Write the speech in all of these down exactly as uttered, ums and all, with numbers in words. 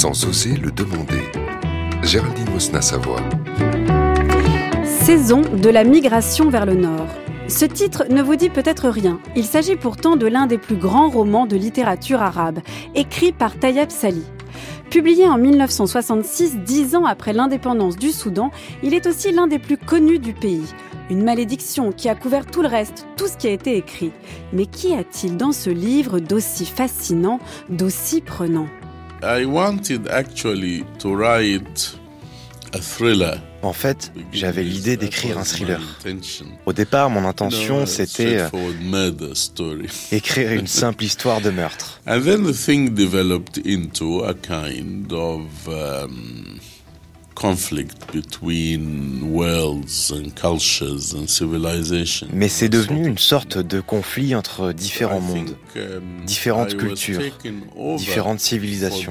Sans oser le demander. Géraldine Mosna-Savoie. Saison de la migration vers le nord. Ce titre ne vous dit peut-être rien. Il s'agit pourtant de l'un des plus grands romans de littérature arabe, écrit par Tayeb Sali. Publié en mille neuf cent soixante-six, dix ans après l'indépendance du Soudan, il est aussi l'un des plus connus du pays. Une malédiction qui a couvert tout le reste, tout ce qui a été écrit. Mais qu'y a-t-il dans ce livre d'aussi fascinant, d'aussi prenant ? I wanted actually to write a thriller. En fait, j'avais l'idée d'écrire un thriller. Au départ, mon intention, c'était écrire une simple histoire de meurtre. And then the thing developed into a kind of um, conflict between worlds and cultures and civilizations. Mais c'est devenu une sorte de conflit entre différents mondes, différentes cultures, différentes civilisations.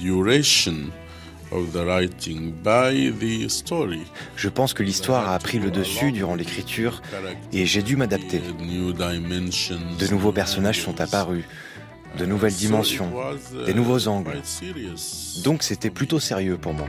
Je pense que l'histoire a pris le dessus durant l'écriture et j'ai dû m'adapter. De nouveaux personnages sont apparus, de nouvelles dimensions, des nouveaux angles. Donc c'était plutôt sérieux pour moi.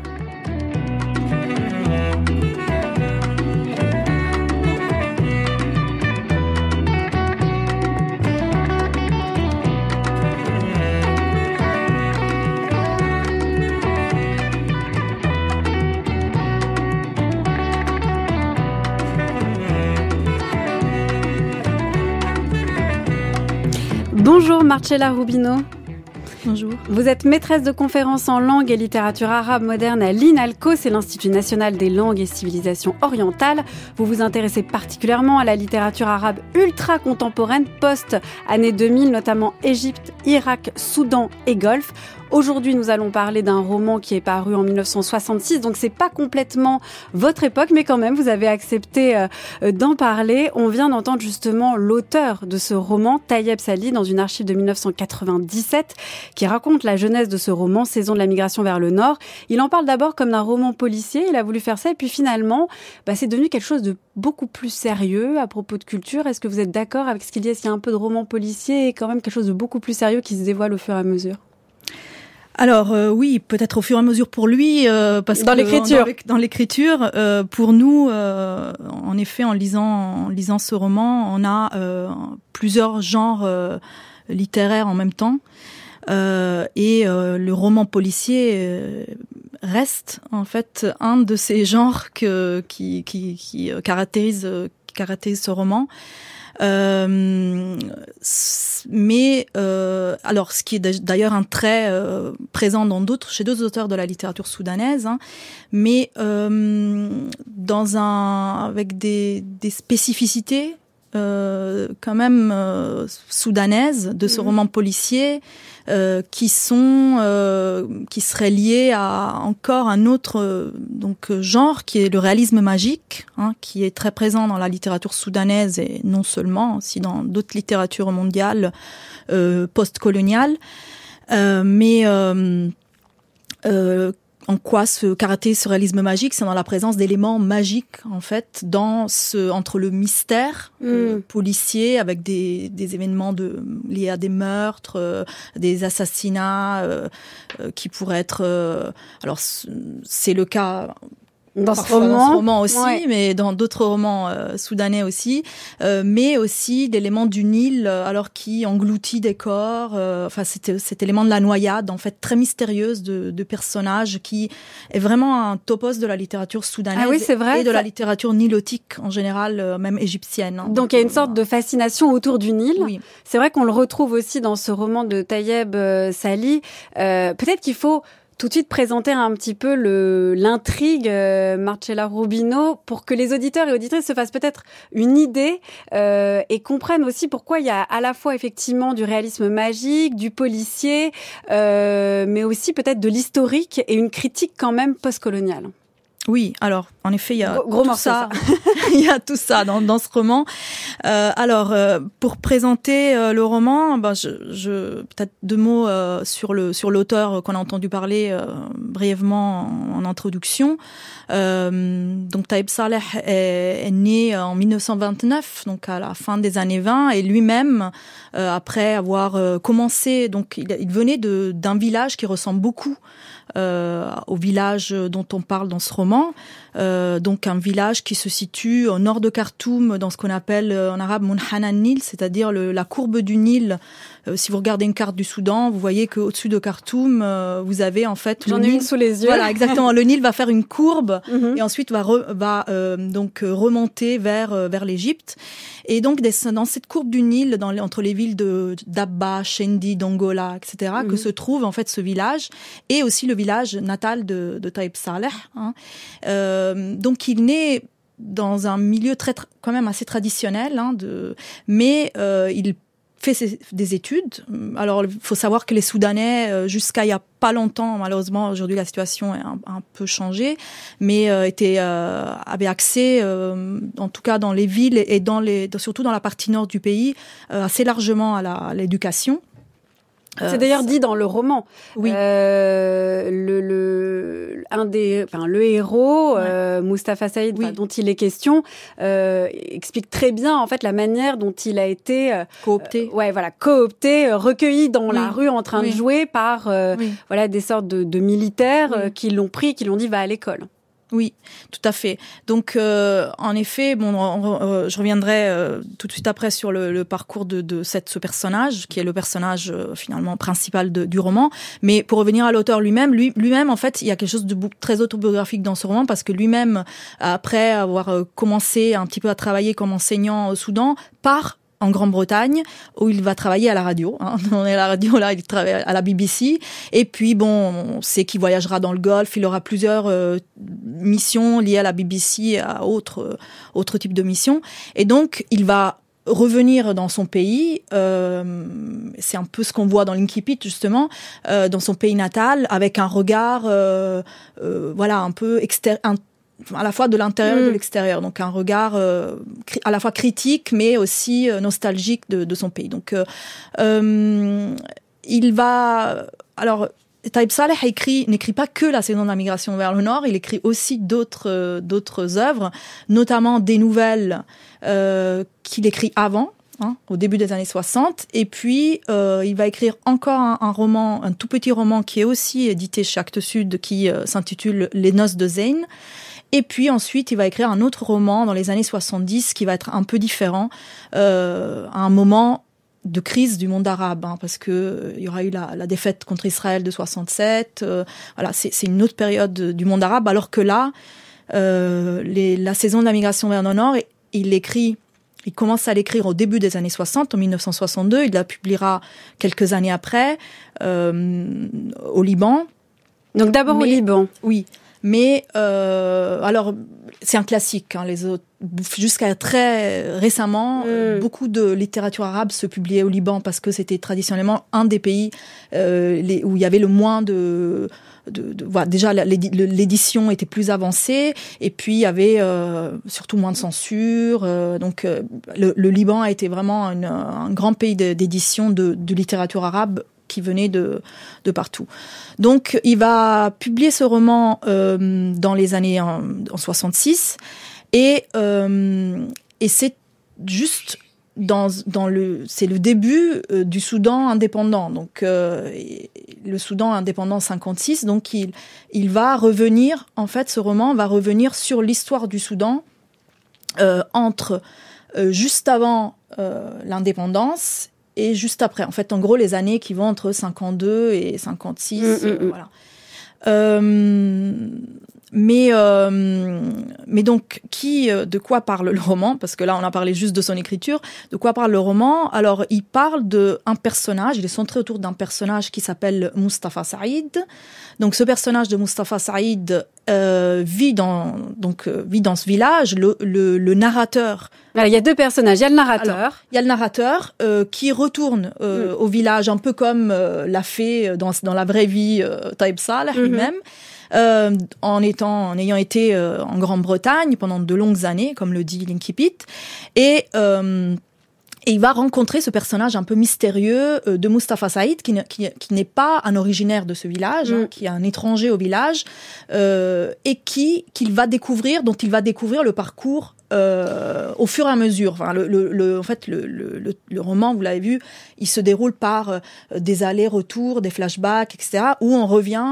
Bonjour Marcella Rubino. Bonjour. Vous êtes maîtresse de conférences en langue et littérature arabe moderne à l'INALCO, c'est l'Institut national des langues et civilisations orientales. Vous vous intéressez particulièrement à la littérature arabe ultra contemporaine post-année deux mille, notamment Égypte, Irak, Soudan et Golfe. Aujourd'hui, nous allons parler d'un roman qui est paru en mille neuf cent soixante-six, donc c'est pas complètement votre époque, mais quand même, vous avez accepté euh, d'en parler. On vient d'entendre justement l'auteur de ce roman, Tayeb Sali, dans une archive de mille neuf cent quatre-vingt-dix-sept, qui raconte la genèse de ce roman, Saison de la migration vers le nord. Il en parle d'abord comme d'un roman policier, il a voulu faire ça, et puis finalement, bah, c'est devenu quelque chose de beaucoup plus sérieux à propos de culture. Est-ce que vous êtes d'accord avec ce qu'il dit ? Est-ce qu'il y a un peu de roman policier et quand même quelque chose de beaucoup plus sérieux qui se dévoile au fur et à mesure ? Alors euh, oui, peut-être au fur et à mesure pour lui, euh, parce dans que l'écriture. Dans, dans l'écriture, euh, pour nous, euh, en effet, en lisant, en lisant ce roman, on a euh, plusieurs genres euh, littéraires en même temps, euh, et euh, le roman policier euh, reste en fait un de ces genres que, qui, qui, qui caractérise, qui caractérise ce roman. Euh, mais euh, alors, ce qui est d'ailleurs un trait euh, présent dans d'autres, chez d'autres auteurs de la littérature soudanaise, hein, mais euh, dans un avec des, des spécificités euh, quand même euh, soudanaises de ce mmh. roman policier. Euh, qui sont euh, qui seraient liés à encore un autre euh, donc genre qui est le réalisme magique, hein, qui est très présent dans la littérature soudanaise et non seulement, aussi dans d'autres littératures mondiales euh, post-coloniales, euh, mais euh, euh, en quoi se caractérise ce réalisme magique ? C'est dans la présence d'éléments magiques, en fait, dans ce, entre le mystère mmh. euh, policier, avec des, des événements de, liés à des meurtres, euh, des assassinats, euh, euh, qui pourraient être... Euh, alors, c'est le cas... Dans ce, roman, dans ce roman aussi, ouais. mais dans d'autres romans euh, soudanais aussi, euh, mais aussi l'élément du Nil, euh, alors qui engloutit des corps. Euh, enfin, cet, cet élément de la noyade, en fait, très mystérieuse de, de personnages, qui est vraiment un topos de la littérature soudanaise ah oui, c'est vrai, et de ça... la littérature nilotique en général, euh, même égyptienne. Hein. Donc, Donc il y a une sorte de fascination autour du Nil. Oui. C'est vrai qu'on le retrouve aussi dans ce roman de Tayeb euh, Sali. Euh, peut-être qu'il faut tout de suite présenter un petit peu le, l'intrigue, euh, Marcella Rubino, pour que les auditeurs et auditrices se fassent peut-être une idée euh, et comprennent aussi pourquoi il y a à la fois effectivement du réalisme magique, du policier, euh, mais aussi peut-être de l'historique et une critique quand même postcoloniale. Oui, alors en effet, il y a gros, gros tout morceau, ça. ça. Il y a tout ça dans, dans ce roman. Euh, alors, euh, pour présenter euh, le roman, ben, je, je peut-être deux mots euh, sur le sur l'auteur qu'on a entendu parler euh, brièvement en, en introduction. Euh, donc, Tayeb Sali est, est né en mille neuf cent vingt-neuf, donc à la fin des années vingt, et lui-même, euh, après avoir euh, commencé, donc il, il venait de d'un village qui ressemble beaucoup euh, au village dont on parle dans ce roman. Euh, donc un village qui se situe au nord de Khartoum, dans ce qu'on appelle euh, en arabe Munhana Nil, c'est-à-dire le, la courbe du Nil. Euh, si vous regardez une carte du Soudan, vous voyez qu'au-dessus de Khartoum, euh, vous avez en fait J'en le ai Nil. une sous les yeux. Voilà, exactement. Le Nil va faire une courbe Mm-hmm. et ensuite va re, va euh, donc remonter vers euh, vers l'Égypte. Et donc des, dans cette courbe du Nil, dans les, entre les villes de d'Abba, Shendi, Dongola, et cetera, mm-hmm. que se trouve en fait ce village et aussi le village natal de, de Taïb Saleh. Hein. Euh, donc il naît dans un milieu très quand même assez traditionnel, hein, de, mais euh, il fait ses, des études. Alors, il faut savoir que les Soudanais, jusqu'à il y a pas longtemps, malheureusement, aujourd'hui la situation est un, un peu changée, mais euh, étaient, euh, avaient accès, euh, en tout cas dans les villes et dans les, surtout dans la partie nord du pays, euh, assez largement à, la, à l'éducation. C'est d'ailleurs dit dans le roman. Oui. Euh, le, le, un des, enfin, le héros, ouais. euh, Mustapha Saïd, oui. dont il est question, euh, explique très bien en fait la manière dont il a été euh, coopté. Euh, ouais, voilà, coopté, euh, recueilli dans oui. la rue en train oui. de jouer par euh, oui. voilà des sortes de, de militaires oui. euh, qui l'ont pris, qui l'ont dit va à l'école. Oui, tout à fait. Donc, euh, en effet, bon, on, on, je reviendrai euh, tout de suite après sur le, le parcours de, de cette, ce personnage, qui est le personnage euh, finalement principal de, du roman. Mais pour revenir à l'auteur lui-même, lui, lui-même, en fait, il y a quelque chose de très autobiographique dans ce roman parce que lui-même, après avoir euh, commencé un petit peu à travailler comme enseignant au Soudan, part en Grande-Bretagne, où il va travailler à la radio. Hein. On est à la radio, là, il travaille à la B B C. Et puis, bon, on sait qu'il voyagera dans le Golfe. Il aura plusieurs euh, missions liées à la B B C, à autres, euh, autres types de missions. Et donc, il va revenir dans son pays, euh, c'est un peu ce qu'on voit dans l'Inkipit justement, euh, dans son pays natal, avec un regard, euh, euh, voilà, un peu extérieur, à la fois de l'intérieur mmh. et de l'extérieur, donc un regard euh, à la fois critique mais aussi euh, nostalgique de, de son pays. Donc euh, euh, il va alors Taïb Saleh écrit, n'écrit pas que la saison de la migration vers le nord, il écrit aussi d'autres euh, d'autres œuvres, notamment des nouvelles euh, qu'il écrit avant. Hein, au début des années soixante, et puis euh, il va écrire encore un, un roman, un tout petit roman qui est aussi édité chez Actes Sud, qui euh, s'intitule Les Noces de Zeyn. Et puis ensuite, il va écrire un autre roman dans les années soixante-dix qui va être un peu différent, euh, à un moment de crise du monde arabe, hein, parce que euh, il y aura eu la, la défaite contre Israël de soixante-sept. Euh, voilà, c'est, c'est une autre période du monde arabe, alors que là, euh, les, la saison de la migration vers le nord, il écrit. Il commence à l'écrire au début des années soixante, en dix-neuf cent soixante-deux. Il la publiera quelques années après, euh, au Liban. Donc d'abord mais, au Liban. Oui. Mais, euh, alors, c'est un classique, hein, les autres. Jusqu'à très récemment, mmh. beaucoup de littérature arabe se publiait au Liban parce que c'était traditionnellement un des pays euh, les, où il y avait le moins de... De, de, voilà, déjà l'édition était plus avancée et puis il y avait euh, surtout moins de censure, euh, donc euh, le, le Liban a été vraiment une, un grand pays de, d'édition de, de littérature arabe qui venait de, de partout. Donc il va publier ce roman euh, dans les années en, en soixante-six et, euh, et c'est juste Dans, dans le, c'est le début euh, du Soudan indépendant. Donc, euh, le Soudan indépendant en cinquante-six. Donc, il, il va revenir, en fait, ce roman va revenir sur l'histoire du Soudan euh, entre euh, juste avant euh, l'indépendance et juste après. En fait, en gros, les années qui vont entre cinquante-deux et cinquante-six. Mmh, euh, mmh. Voilà. Euh, Mais, euh, mais donc, qui, de quoi parle le roman ? Parce que là, on a parlé juste de son écriture. De quoi parle le roman ? Alors, il parle d'un personnage, il est centré autour d'un personnage qui s'appelle Mustapha Saïd. Donc, ce personnage de Mustapha Saïd euh, vit, dans, donc, euh, vit dans ce village. Le, le, le narrateur... Alors, il y a deux personnages. Il y a le narrateur. Alors, il y a le narrateur euh, qui retourne euh, mmh. au village, un peu comme euh, l'a fait dans, dans la vraie vie euh, Taïb Saleh mmh. lui-même. Euh, en étant, en ayant été euh, en Grande-Bretagne pendant de longues années, comme le dit l'Inkipit, et euh, Et il va rencontrer ce personnage un peu mystérieux de Mustapha Saïd, qui, ne, qui, qui n'est pas un originaire de ce village, mm. hein, qui est un étranger au village, euh, et qui qu'il va découvrir, dont il va découvrir le parcours euh, au fur et à mesure. Enfin, le, le, le, en fait, le, le, le roman, vous l'avez vu, il se déroule par euh, des allers-retours, des flashbacks, et cetera, où on revient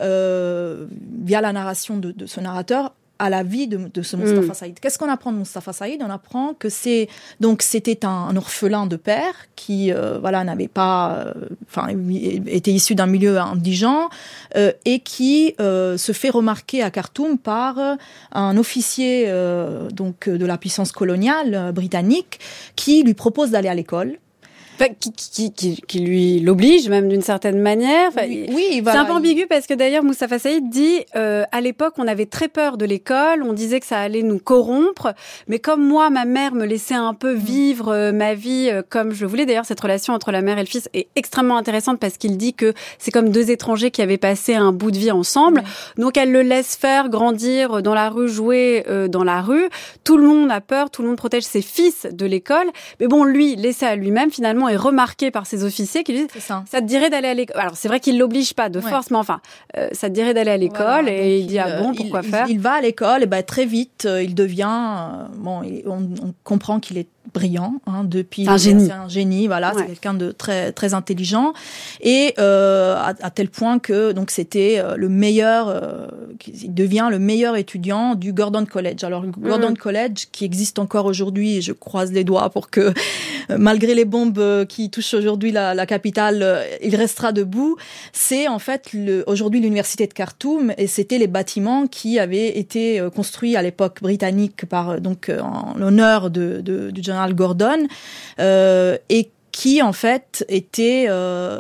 euh, via la narration de, de ce narrateur à la vie de, de ce Mustapha mmh. Saïd. Qu'est-ce qu'on apprend de Mustapha Saïd ? On apprend que c'est donc c'était un, un orphelin de père qui euh, voilà n'avait pas, enfin euh, était issu d'un milieu indigent euh, et qui euh, se fait remarquer à Khartoum par euh, un officier euh, donc de la puissance coloniale euh, britannique qui lui propose d'aller à l'école. Enfin, qui, qui, qui, qui lui l'oblige même d'une certaine manière. Enfin, oui, oui voilà. C'est un peu ambigu parce que d'ailleurs Mustapha Saïd dit euh, à l'époque on avait très peur de l'école, on disait que ça allait nous corrompre, mais comme moi ma mère me laissait un peu vivre euh, ma vie euh, comme je voulais. D'ailleurs cette relation entre la mère et le fils est extrêmement intéressante parce qu'il dit que c'est comme deux étrangers qui avaient passé un bout de vie ensemble. Oui. Donc elle le laisse faire grandir dans la rue, jouer euh, dans la rue. Tout le monde a peur, tout le monde protège ses fils de l'école, mais bon lui laissé à lui-même finalement est remarqué par ses officiers qui lui disent ça. ça te dirait d'aller à l'école. Alors c'est vrai qu'il l'oblige pas de ouais. force, mais enfin euh, ça te dirait d'aller à l'école voilà, et il dit ah bon pourquoi il, faire il, il va à l'école et ben très vite euh, il devient euh, bon il, on, on comprend qu'il est brillant hein, depuis c'est un génie c'est un génie voilà ouais. c'est quelqu'un de très très intelligent et euh, à, à tel point que donc c'était euh, le meilleur euh, il devient le meilleur étudiant du Gordon College. Alors le Gordon mmh. College qui existe encore aujourd'hui et je croise les doigts pour que euh, malgré les bombes euh, qui touchent aujourd'hui la, la capitale euh, il restera debout. C'est en fait le, aujourd'hui l'université de Khartoum et c'était les bâtiments qui avaient été euh, construits à l'époque britannique par euh, donc euh, en l'honneur de, de, du général Gordon euh, et qui en fait était euh,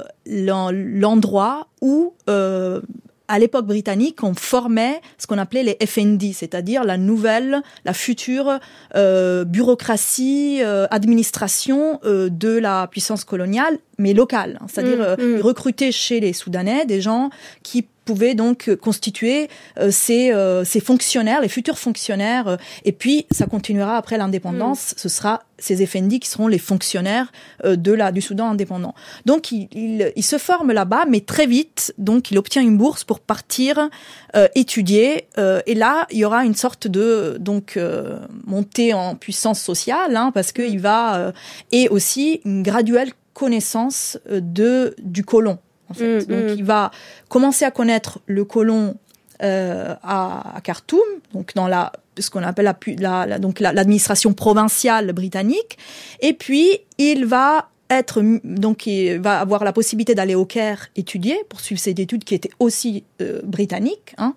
l'endroit où euh, à l'époque britannique, on formait ce qu'on appelait les F N D, c'est-à-dire la nouvelle, la future euh, bureaucratie, euh, administration euh, de la puissance coloniale, mais locale. Hein, c'est-à-dire mmh, euh, mmh. recruter chez les Soudanais des gens qui pouvaient donc constituer euh, ces, euh, ces fonctionnaires, les futurs fonctionnaires. Euh, et puis, ça continuera après l'indépendance. Mmh. Ce sera ces F N D qui seront les fonctionnaires euh, de la, du Soudan indépendant. Donc, il, il, il se forme là-bas, mais très vite, donc, il obtient une bourse pour partir euh, étudier. Euh, et là, il y aura une sorte de donc euh, montée en puissance sociale, hein, parce que il va euh, et aussi une graduelle connaissance euh, de du colon. En fait. Mmh, donc, mmh. il va commencer à connaître le colon euh, à, à Khartoum, donc dans la ce qu'on appelle la, la, la donc la, l'administration provinciale britannique, et puis il va être donc il va avoir la possibilité d'aller au Caire étudier, poursuivre ses études qui étaient aussi euh, britanniques. Hein.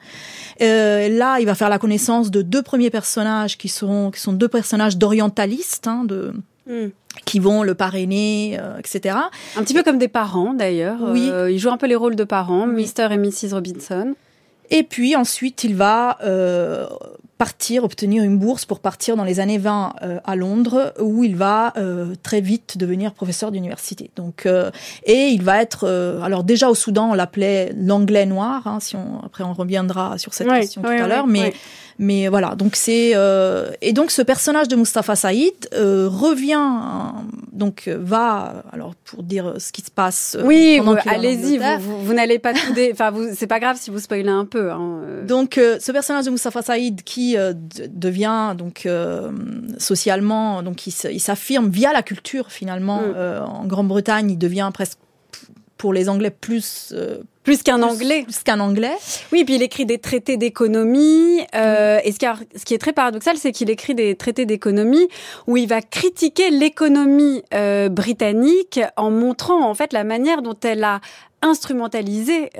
Euh, là, il va faire la connaissance de deux premiers personnages qui seront qui sont deux personnages d'orientalistes, hein, de mmh. qui vont le parrainer, euh, et cetera. Un petit peu comme des parents, d'ailleurs. Oui. Euh, ils jouent un peu les rôles de parents, oui. mister et missus Robinson. Et puis ensuite, il va euh, partir, obtenir une bourse pour partir dans les années vingt euh, à Londres, où il va euh, très vite devenir professeur d'université. Donc, euh, et il va être... Euh, alors déjà au Soudan, on l'appelait l'anglais noir. Hein, si on, après, on reviendra sur cette oui, question oui, tout à oui, l'heure. Mais... Oui. Mais voilà, donc c'est euh, et donc ce personnage de Mustapha Saïd euh, revient euh, donc va alors pour dire ce qui se passe. Oui, pendant vous, allez-y, vous, vous, vous n'allez pas tout dé... enfin vous c'est pas grave si vous spoilez un peu. Hein. Donc euh, ce personnage de Mustapha Saïd qui euh, d- devient donc euh, socialement donc il, il s'affirme via la culture finalement mm. euh, en Grande-Bretagne, il devient presque pour les Anglais plus euh, Plus qu'un plus, anglais. Plus qu'un anglais. Oui, puis il écrit des traités d'économie. Euh, mmh. Et ce qui, a, ce qui est très paradoxal, c'est qu'il écrit des traités d'économie où il va critiquer l'économie euh, britannique en montrant en fait la manière dont elle a instrumentalisé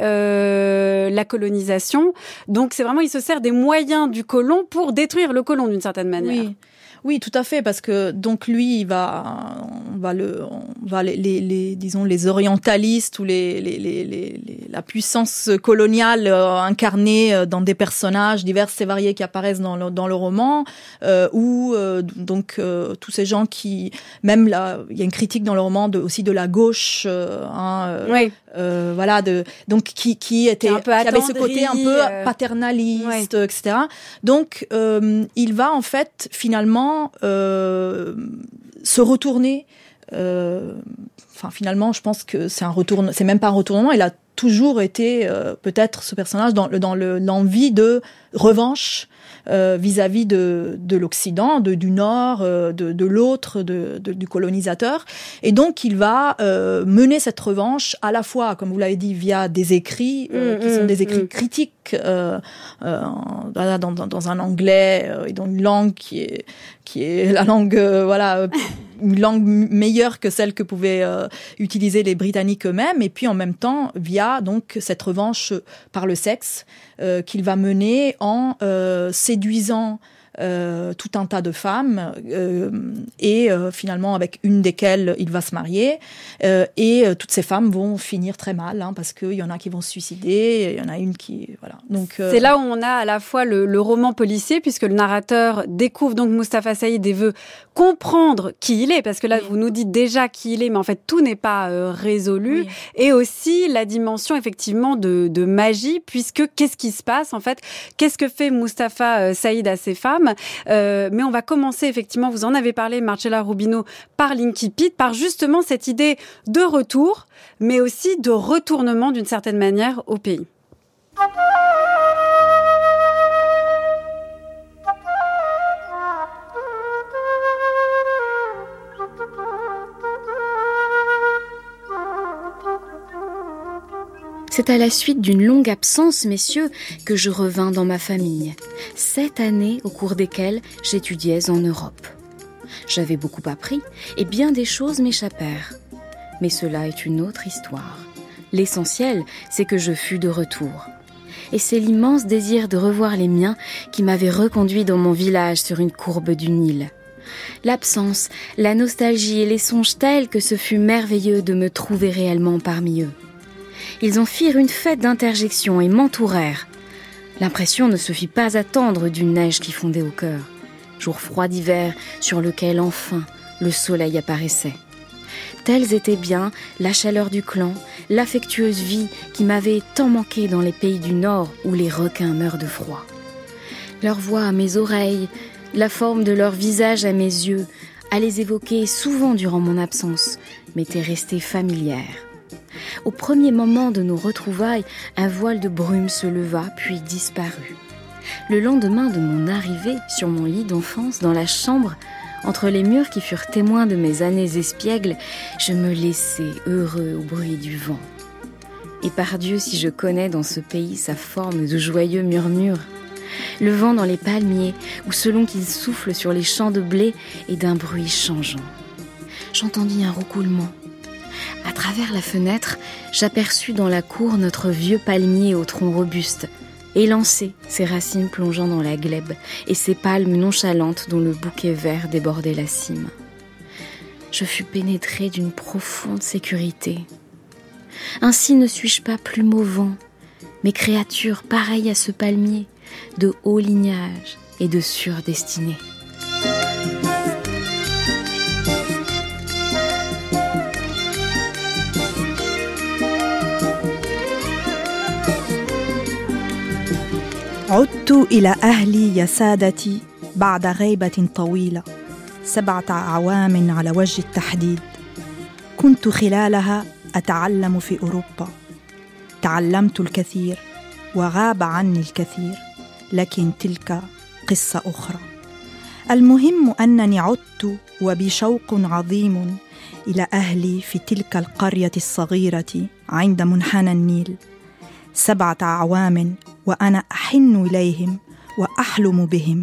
euh, la colonisation. Donc c'est vraiment, il se sert des moyens du colon pour détruire le colon d'une certaine manière. Oui. Oui, tout à fait, parce que donc lui, il va, on va le, on va les, les, les disons les orientalistes ou les, les, les, les la puissance coloniale euh, incarnée dans des personnages divers et variés qui apparaissent dans le, dans le roman, euh, ou euh, donc euh, tous ces gens qui, même là, il y a une critique dans le roman de, aussi de la gauche, euh, hein, euh, oui. euh, voilà, de donc qui qui était, qui, qui avait ce côté un peu euh... paternaliste, oui. et cetera. Donc euh, il va en fait finalement Euh, se retourner euh, enfin, finalement, je pense que c'est un retournement, c'est même pas un retournement, il a toujours été, euh, peut-être, ce personnage dans, dans le, l'envie de revanche, Euh, vis-à-vis de, de l'Occident, de, du Nord, euh, de, de l'autre, de, de, du colonisateur. Et donc, il va euh, mener cette revanche à la fois, comme vous l'avez dit, via des écrits, euh, mmh, qui sont des écrits mmh. critiques, euh, euh, dans, dans, dans un anglais euh, et dans une langue qui est, qui est la langue, euh, voilà, une langue meilleure que celle que pouvaient euh, utiliser les Britanniques eux-mêmes. Et puis, en même temps, via donc cette revanche par le sexe euh, qu'il va mener en euh, séduisant euh, tout un tas de femmes euh, et euh, finalement avec une desquelles il va se marier euh, et euh, toutes ces femmes vont finir très mal hein, parce qu'il y en a qui vont se suicider, il y en a une qui voilà. Donc euh... c'est là où on a à la fois le, le roman policier puisque le narrateur découvre donc Mustapha Saïd et veut comprendre qui il est parce que là oui. vous nous dites déjà qui il est mais en fait tout n'est pas euh, résolu oui. et aussi la dimension effectivement de, de magie puisque qu'est-ce qui se passe en fait, qu'est-ce que fait Mustapha euh, Saïd à ces femmes. Euh, mais on va commencer effectivement, vous en avez parlé Marcella Rubino, par l'Incipit, par justement cette idée de retour, mais aussi de retournement d'une certaine manière au pays. C'est à la suite d'une longue absence, messieurs, que je revins dans ma famille. Sept années au cours desquelles j'étudiais en Europe. J'avais beaucoup appris et bien des choses m'échappèrent. Mais cela est une autre histoire. L'essentiel, c'est que je fus de retour. Et c'est l'immense désir de revoir les miens qui m'avait reconduit dans mon village sur une courbe du Nil. L'absence, la nostalgie et les songes tels que ce fut merveilleux de me trouver réellement parmi eux. Ils en firent une fête d'interjection et m'entourèrent. L'impression ne se fit pas attendre d'une neige qui fondait au cœur. Jour froid d'hiver sur lequel enfin le soleil apparaissait. Telles étaient bien la chaleur du clan, l'affectueuse vie qui m'avait tant manqué dans les pays du Nord où les requins meurent de froid. Leur voix à mes oreilles, la forme de leur visage à mes yeux, à les évoquer souvent durant mon absence, m'était restée familière. Au premier moment de nos retrouvailles, un voile de brume se leva puis disparut. Le lendemain de mon arrivée sur mon lit d'enfance dans la chambre, entre les murs qui furent témoins de mes années espiègles, je me laissai heureux au bruit du vent. Et par Dieu si je connais dans ce pays sa forme de joyeux murmure. Le vent dans les palmiers, ou selon qu'il souffle sur les champs de blé, est d'un bruit changeant. J'entendis un roucoulement. À travers la fenêtre, j'aperçus dans la cour notre vieux palmier au tronc robuste, élancé, ses racines plongeant dans la glèbe, et ses palmes nonchalantes dont le bouquet vert débordait la cime. Je fus pénétrée d'une profonde sécurité. Ainsi ne suis-je pas plume au vent, mais créature pareille à ce palmier, de haut lignage et de sûre destinée. عدت إلى أهلي يا سادتي بعد غيبة طويلة سبعة أعوام على وجه التحديد كنت خلالها أتعلم في أوروبا تعلمت الكثير وغاب عني الكثير لكن تلك قصة أخرى المهم أنني عدت وبشوق عظيم إلى أهلي في تلك القرية الصغيرة عند منحنى النيل سبعة أعوام وأنا أحن إليهم وأحلم بهم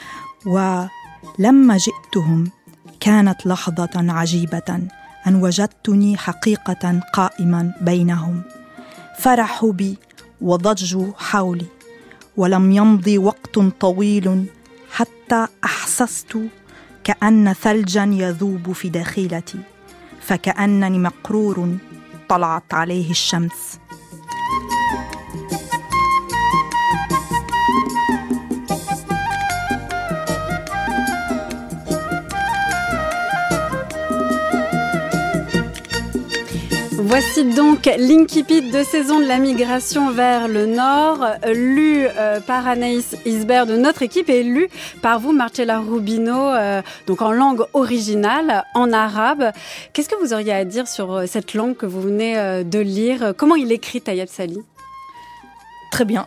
ولما جئتهم كانت لحظة عجيبة أن وجدتني حقيقة قائما بينهم فرحوا بي وضجوا حولي ولم يمضي وقت طويل حتى أحسست كأن ثلجا يذوب في داخلتي فكأنني مقرور طلعت عليه الشمس Voici donc l'incipit de saison de la migration vers le nord, lu euh, par Anaïs Isbert de notre équipe et lu par vous, Marcella Rubino, euh, donc en langue originale, en arabe. Qu'est-ce que vous auriez à dire sur cette langue que vous venez euh, de lire ? Comment il écrit Tayeb Sali ? Très bien.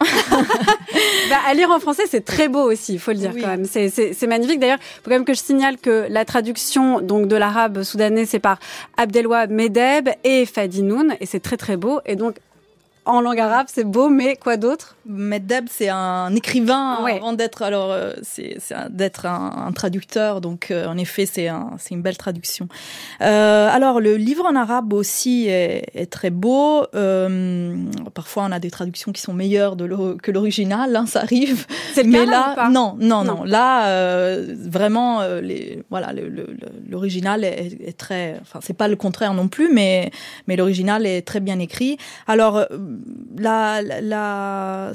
bah, à lire en français, c'est très beau aussi, il faut le dire oui. quand même. C'est, c'est, c'est magnifique. D'ailleurs, il faut quand même que je signale que la traduction donc, de l'arabe soudanais, c'est par Abdelwahab Medeb et Fadinoun, et c'est très très beau. Et donc, en langue arabe, c'est beau, mais quoi d'autre ? Medeb, c'est un écrivain ouais. avant d'être alors euh, c'est, c'est un, d'être un, un traducteur. Donc euh, en effet, c'est un, c'est une belle traduction. Euh, alors le livre en arabe aussi est, est très beau. Euh, parfois, on a des traductions qui sont meilleures de l'o- que l'original. Hein, ça arrive. C'est le mais cas, là, ou pas non, non, non, non. Là, euh, vraiment, euh, les voilà, le, le, l'original est, est très. Enfin, c'est pas le contraire non plus, mais mais l'original est très bien écrit. Alors La, la, la,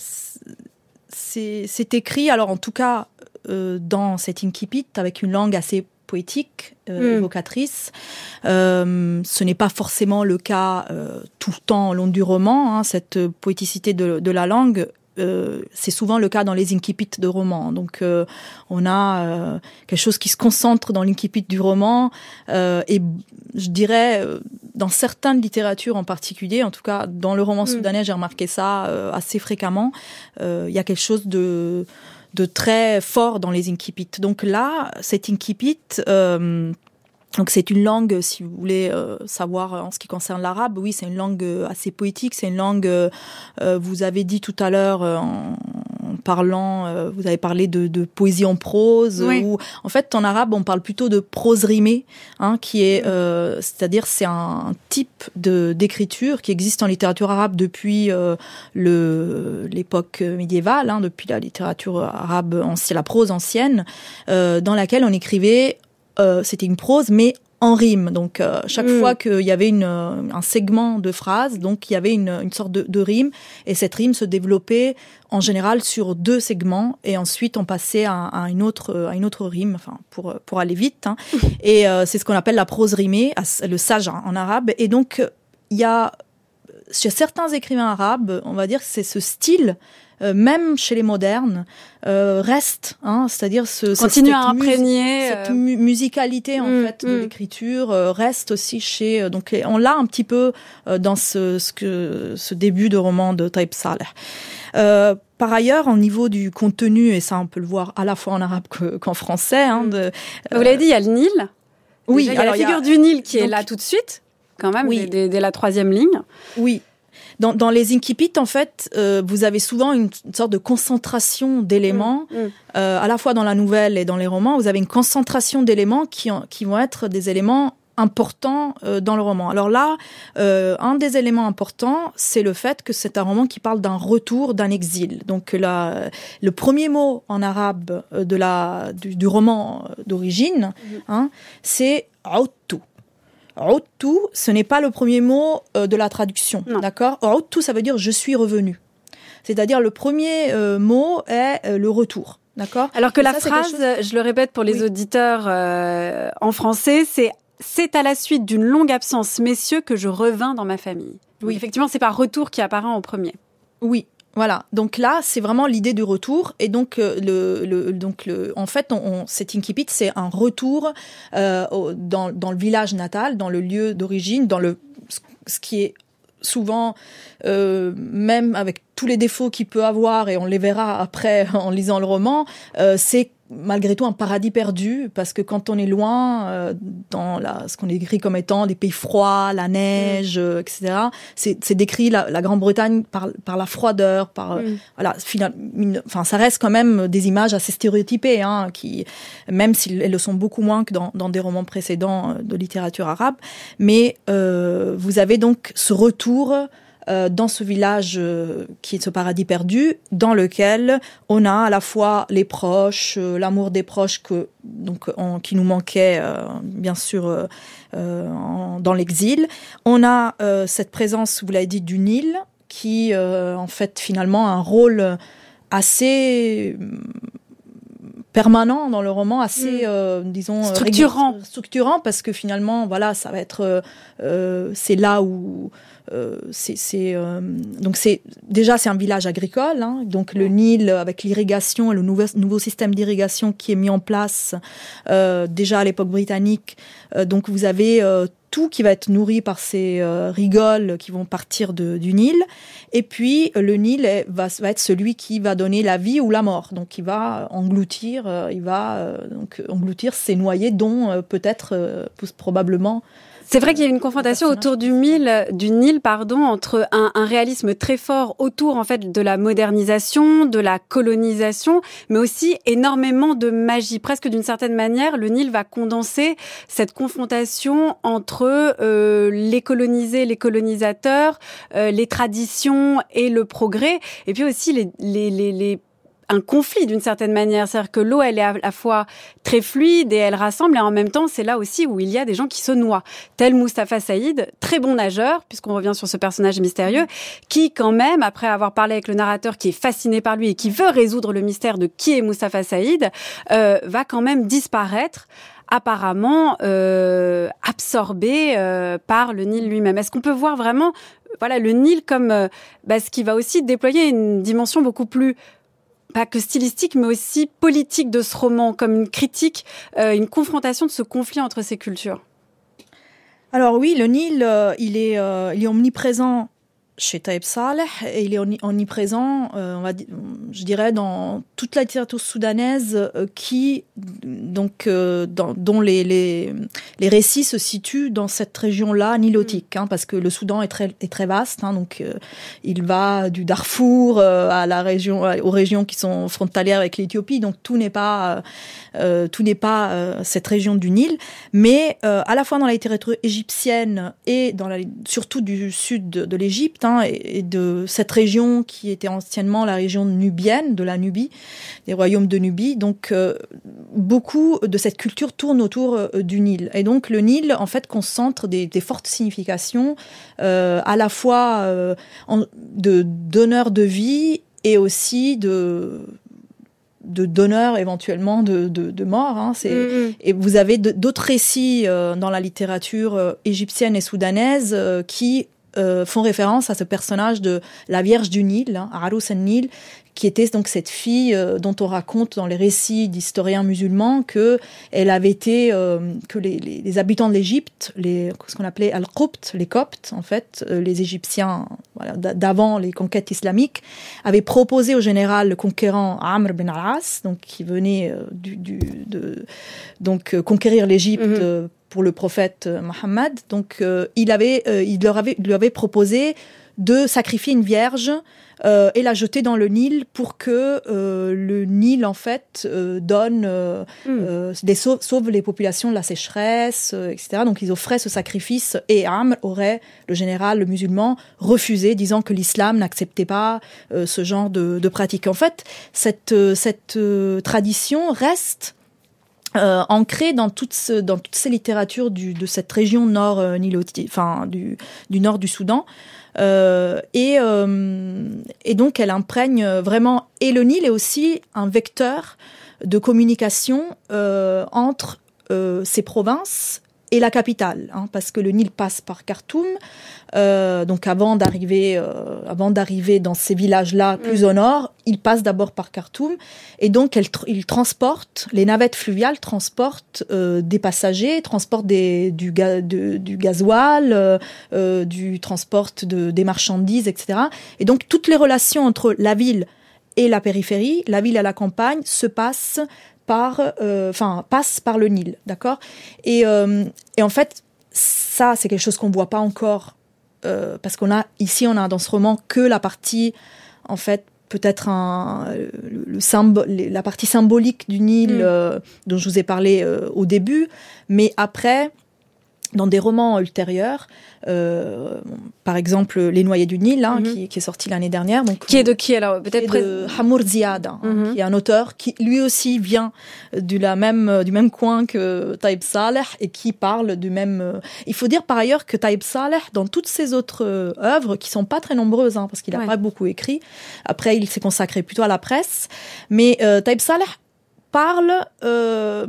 c'est, c'est écrit, alors en tout cas euh, dans cet incipit, avec une langue assez poétique, euh, mm. évocatrice. Euh, ce n'est pas forcément le cas euh, tout le temps au long du roman, hein, cette poéticité de, de la langue. Euh, c'est souvent le cas dans les incipits de romans. Donc, euh, on a euh, quelque chose qui se concentre dans l'incipit du roman euh, et je dirais, euh, dans certaines littératures en particulier, en tout cas dans le roman mmh. soudanais, j'ai remarqué ça euh, assez fréquemment, euh, il y a quelque chose de, de très fort dans les incipits. Donc là, cet incipit... Euh, Donc c'est une langue, si vous voulez euh, savoir en ce qui concerne l'arabe, oui, c'est une langue assez poétique, c'est une langue, euh, vous avez dit tout à l'heure euh, en, en parlant, euh, vous avez parlé de, de poésie en prose, oui. où en fait en arabe on parle plutôt de prose rimée, hein, qui est, euh, c'est-à-dire c'est un, un type de d'écriture qui existe en littérature arabe depuis euh, le l'époque médiévale, hein, depuis la littérature arabe ancienne, la prose ancienne, euh, dans laquelle on écrivait Euh, c'était une prose, mais en rime. Donc, euh, chaque mmh. fois qu'il y avait une, un segment de phrase, donc il y avait une, une sorte de, de rime, et cette rime se développait en général sur deux segments, et ensuite on passait à, à une autre, à une autre rime, enfin pour pour aller vite. Hein. Et euh, c'est ce qu'on appelle la prose rimée, le saj en arabe. Et donc il y a chez certains écrivains arabes, on va dire que c'est ce style. Euh, même chez les modernes, euh, reste, hein, c'est-à-dire ce, continue cette, à imprégner mus- cette mu- musicalité en mmh, fait mmh. de l'écriture euh, reste aussi chez. Euh, donc on l'a un petit peu euh, dans ce, ce que ce début de roman de Tayeb Saleh. Euh, par ailleurs, au niveau du contenu, et ça on peut le voir à la fois en arabe que, qu'en français. Hein, de, euh, Vous l'avez dit, il y a le Nil. Oui, Déjà, il y a alors la figure il y a, du Nil qui donc, est là tout de suite, quand même, oui. dès, dès, dès la troisième ligne. Oui. Dans, dans les incipits, en fait, euh, vous avez souvent une, une sorte de concentration d'éléments, mmh, mmh. Euh, à la fois dans la nouvelle et dans les romans. Vous avez une concentration d'éléments qui, ont, qui vont être des éléments importants euh, dans le roman. Alors là, euh, un des éléments importants, c'est le fait que c'est un roman qui parle d'un retour, d'un exil. Donc la, le premier mot en arabe de la, du, du roman d'origine, mmh. hein, c'est « aoutou ». Outtu, ce n'est pas le premier mot euh, de la traduction, non. D'accord ? Outtu, ça veut dire « je suis revenu ». C'est-à-dire le premier euh, mot est euh, le retour, d'accord ? Alors que Et la ça, phrase, chose... je le répète pour les oui. auditeurs euh, en français, c'est « c'est à la suite d'une longue absence, messieurs, que je revins dans ma famille ». Oui. Donc, effectivement, c'est par retour qui apparaît en premier. Oui. Voilà, donc là, c'est vraiment l'idée du retour. Et donc, euh, le, le, donc le, en fait, on, on, cet incipit, c'est un retour euh, au, dans, dans le village natal, dans le lieu d'origine, dans le ce qui est souvent, euh, même avec tous les défauts qu'il peut avoir, et on les verra après en lisant le roman, euh, c'est malgré tout un paradis perdu, parce que quand on est loin, euh, dans la, ce qu'on décrit comme étant des pays froids, la neige, euh, et cetera, c'est, c'est décrit la, la Grande-Bretagne par, par la froideur, par, mm. voilà, final, une, enfin, ça reste quand même des images assez stéréotypées, hein, qui, même si elles le sont beaucoup moins que dans, dans des romans précédents de littérature arabe, mais euh, vous avez donc ce retour Euh, dans ce village euh, qui est ce paradis perdu, dans lequel on a à la fois les proches, euh, l'amour des proches que, donc, on, qui nous manquait, euh, bien sûr, euh, euh, en, dans l'exil. On a euh, cette présence, vous l'avez dit, du Nil, qui, euh, en fait, finalement, a un rôle assez permanent dans le roman, assez, mmh. euh, disons, structurant. Rég- structurant, parce que finalement, voilà, ça va être, euh, c'est là où, euh, c'est, c'est, euh, donc c'est, déjà, c'est un village agricole, hein, donc le Nil, avec l'irrigation et le nouveau, nouveau système d'irrigation qui est mis en place, euh, déjà à l'époque britannique, euh, donc vous avez, euh, tout qui va être nourri par ces euh, rigoles qui vont partir de, du Nil. Et puis, le Nil est, va, va être celui qui va donner la vie ou la mort. Donc, il va engloutir, euh, il va euh, donc engloutir ces noyés dont euh, peut-être, euh, probablement... C'est vrai qu'il y a une confrontation autour du Nil, du Nil, pardon, entre un, un réalisme très fort autour en fait de la modernisation, de la colonisation, mais aussi énormément de magie. Presque d'une certaine manière, le Nil va condenser cette confrontation entre euh, les colonisés, les colonisateurs, euh, les traditions et le progrès, et puis aussi les les les, les un conflit d'une certaine manière. C'est-à-dire que l'eau, elle est à la fois très fluide et elle rassemble, et en même temps, c'est là aussi où il y a des gens qui se noient. Tel Mustapha Saïd, très bon nageur, puisqu'on revient sur ce personnage mystérieux, qui quand même, après avoir parlé avec le narrateur qui est fasciné par lui et qui veut résoudre le mystère de qui est Mustapha Saïd, euh, va quand même disparaître, apparemment euh, absorbé euh, par le Nil lui-même. Est-ce qu'on peut voir vraiment voilà, le Nil comme euh, bah, ce qui va aussi déployer une dimension beaucoup plus pas que stylistique, mais aussi politique de ce roman, comme une critique, euh, une confrontation de ce conflit entre ces cultures? Alors oui, le Nil, euh, il, est, euh, il est omniprésent chez Taïb Saleh, et il est omniprésent, euh, on va dire, je dirais, dans toute la littérature soudanaise euh, qui, donc, euh, dans, dont les, les, les récits se situent dans cette région-là nilotique, hein, parce que le Soudan est très, est très vaste, hein, donc euh, il va du Darfour euh, à la région, aux régions qui sont frontalières avec l'Éthiopie, donc tout n'est pas, euh, tout n'est pas euh, cette région du Nil, mais euh, à la fois dans la littérature égyptienne et dans la, surtout du sud de, de l'Égypte, et de cette région qui était anciennement la région nubienne, de la Nubie, des royaumes de Nubie. Donc, euh, beaucoup de cette culture tourne autour euh, du Nil. Et donc, le Nil, en fait, concentre des, des fortes significations, euh, à la fois euh, en, de donneur de vie et aussi de... de donneurs éventuellement de, de, de mort. Hein. C'est, mmh. Et vous avez de, d'autres récits euh, dans la littérature euh, égyptienne et soudanaise euh, qui Euh, font référence à ce personnage de la Vierge du Nil, hein, Arous al-Nil, qui était donc cette fille euh, dont on raconte dans les récits d'historiens musulmans que elle avait été, euh, que les, les, les habitants de l'Égypte, les, ce qu'on appelait al-Qoubt, les Coptes, en fait, euh, les Égyptiens voilà, d'avant les conquêtes islamiques, avaient proposé au général le conquérant Amr ben al-As, donc qui venait euh, du, du, de donc euh, conquérir l'Égypte. Mm-hmm. euh, pour le prophète Mohammed. Donc, euh, il, avait, euh, il, leur avait, il lui avait proposé de sacrifier une vierge euh, et la jeter dans le Nil pour que euh, le Nil, en fait, euh, donne, euh, mm. euh, les sauve, sauve les populations de la sécheresse, euh, et cetera. Donc, ils offraient ce sacrifice et Amr aurait, le général, le musulman, refusé, disant que l'islam n'acceptait pas euh, ce genre de, de pratique. En fait, cette, euh, cette euh, tradition reste Euh, ancré dans toutes, ce, dans toutes ces littératures du, de cette région nord euh, nilotique, enfin du, du nord du Soudan, euh, et, euh, et donc elle imprègne vraiment. Et le Nil est aussi un vecteur de communication euh, entre euh, ces provinces et la capitale, hein, parce que le Nil passe par Khartoum. Euh, donc avant d'arriver, euh, avant d'arriver dans ces villages-là plus mmh. au nord, il passe d'abord par Khartoum, et donc elle, il transporte, les navettes fluviales transportent euh, des passagers, transportent des, du, ga, de, du gasoil, euh, euh, du transportent de, des marchandises, et cetera. Et donc toutes les relations entre la ville et la périphérie, la ville et la campagne, se passent par, euh, enfin, passe par le Nil, d'accord ? Et, euh, et en fait, ça, c'est quelque chose qu'on voit pas encore. Euh, parce qu'on a ici on a dans ce roman que la partie en fait peut-être un le, le symbole, la partie symbolique du Nil mm. euh, dont je vous ai parlé euh, au début, mais après dans des romans ultérieurs, euh, par exemple Les Noyés du Nil, hein, mm-hmm. qui, qui est sorti l'année dernière. Donc, qui est de qui alors peut-être pré- de Hamour Ziad, hein, mm-hmm. qui est un auteur qui lui aussi vient du, la même, du même coin que Taïb Saleh et qui parle du même... Euh... Il faut dire par ailleurs que Taïb Saleh, dans toutes ses autres euh, œuvres, qui sont pas très nombreuses, hein, parce qu'il n'a ouais. pas beaucoup écrit, après il s'est consacré plutôt à la presse, mais euh, Taïb Saleh parle euh,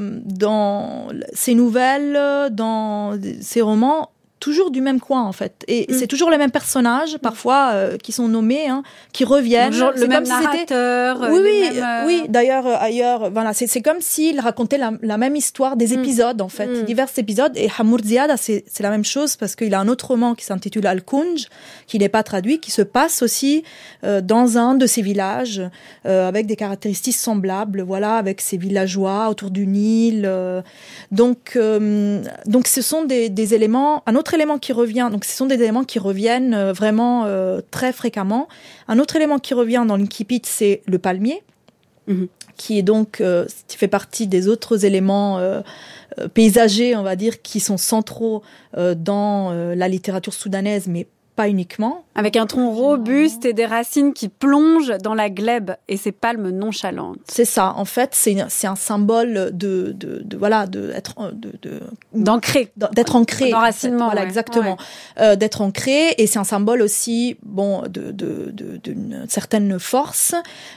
dans ces nouvelles, dans ces romans, toujours du même coin en fait, et mmh. c'est toujours les mêmes personnages parfois euh, qui sont nommés, hein, qui reviennent. Genre, c'est le même si narrateur. Oui, oui, mêmes, euh... oui. D'ailleurs, euh, ailleurs, voilà, c'est c'est comme s'il racontait la, la même histoire, des mmh. épisodes en fait, mmh. divers épisodes. Et Hamour Ziada, c'est c'est la même chose parce qu'il a un autre roman qui s'intitule Al-Kunj, qui n'est pas traduit, qui se passe aussi euh, dans un de ces villages euh, avec des caractéristiques semblables, voilà, avec ces villageois autour du Nil. Euh, donc, euh, donc, ce sont des, des éléments. Un autre élément qui revient, donc ce sont des éléments qui reviennent euh, vraiment euh, très fréquemment. Un autre élément qui revient dans l'Inkipit, c'est le palmier, mmh. qui est donc, euh, qui fait partie des autres éléments euh, euh, paysagers, on va dire, qui sont centraux euh, dans euh, la littérature soudanaise, mais pas uniquement. Avec un tronc robuste et des racines qui plongent dans la glèbe et ses palmes nonchalantes. C'est ça. En fait, c'est c'est un symbole de de, de voilà de être de, de d'ancrer, d'être ancré. D'enracinement. En fait. Voilà, ouais. exactement. Ouais. Euh, d'être ancré, et c'est un symbole aussi, bon, de de de d'une certaine force.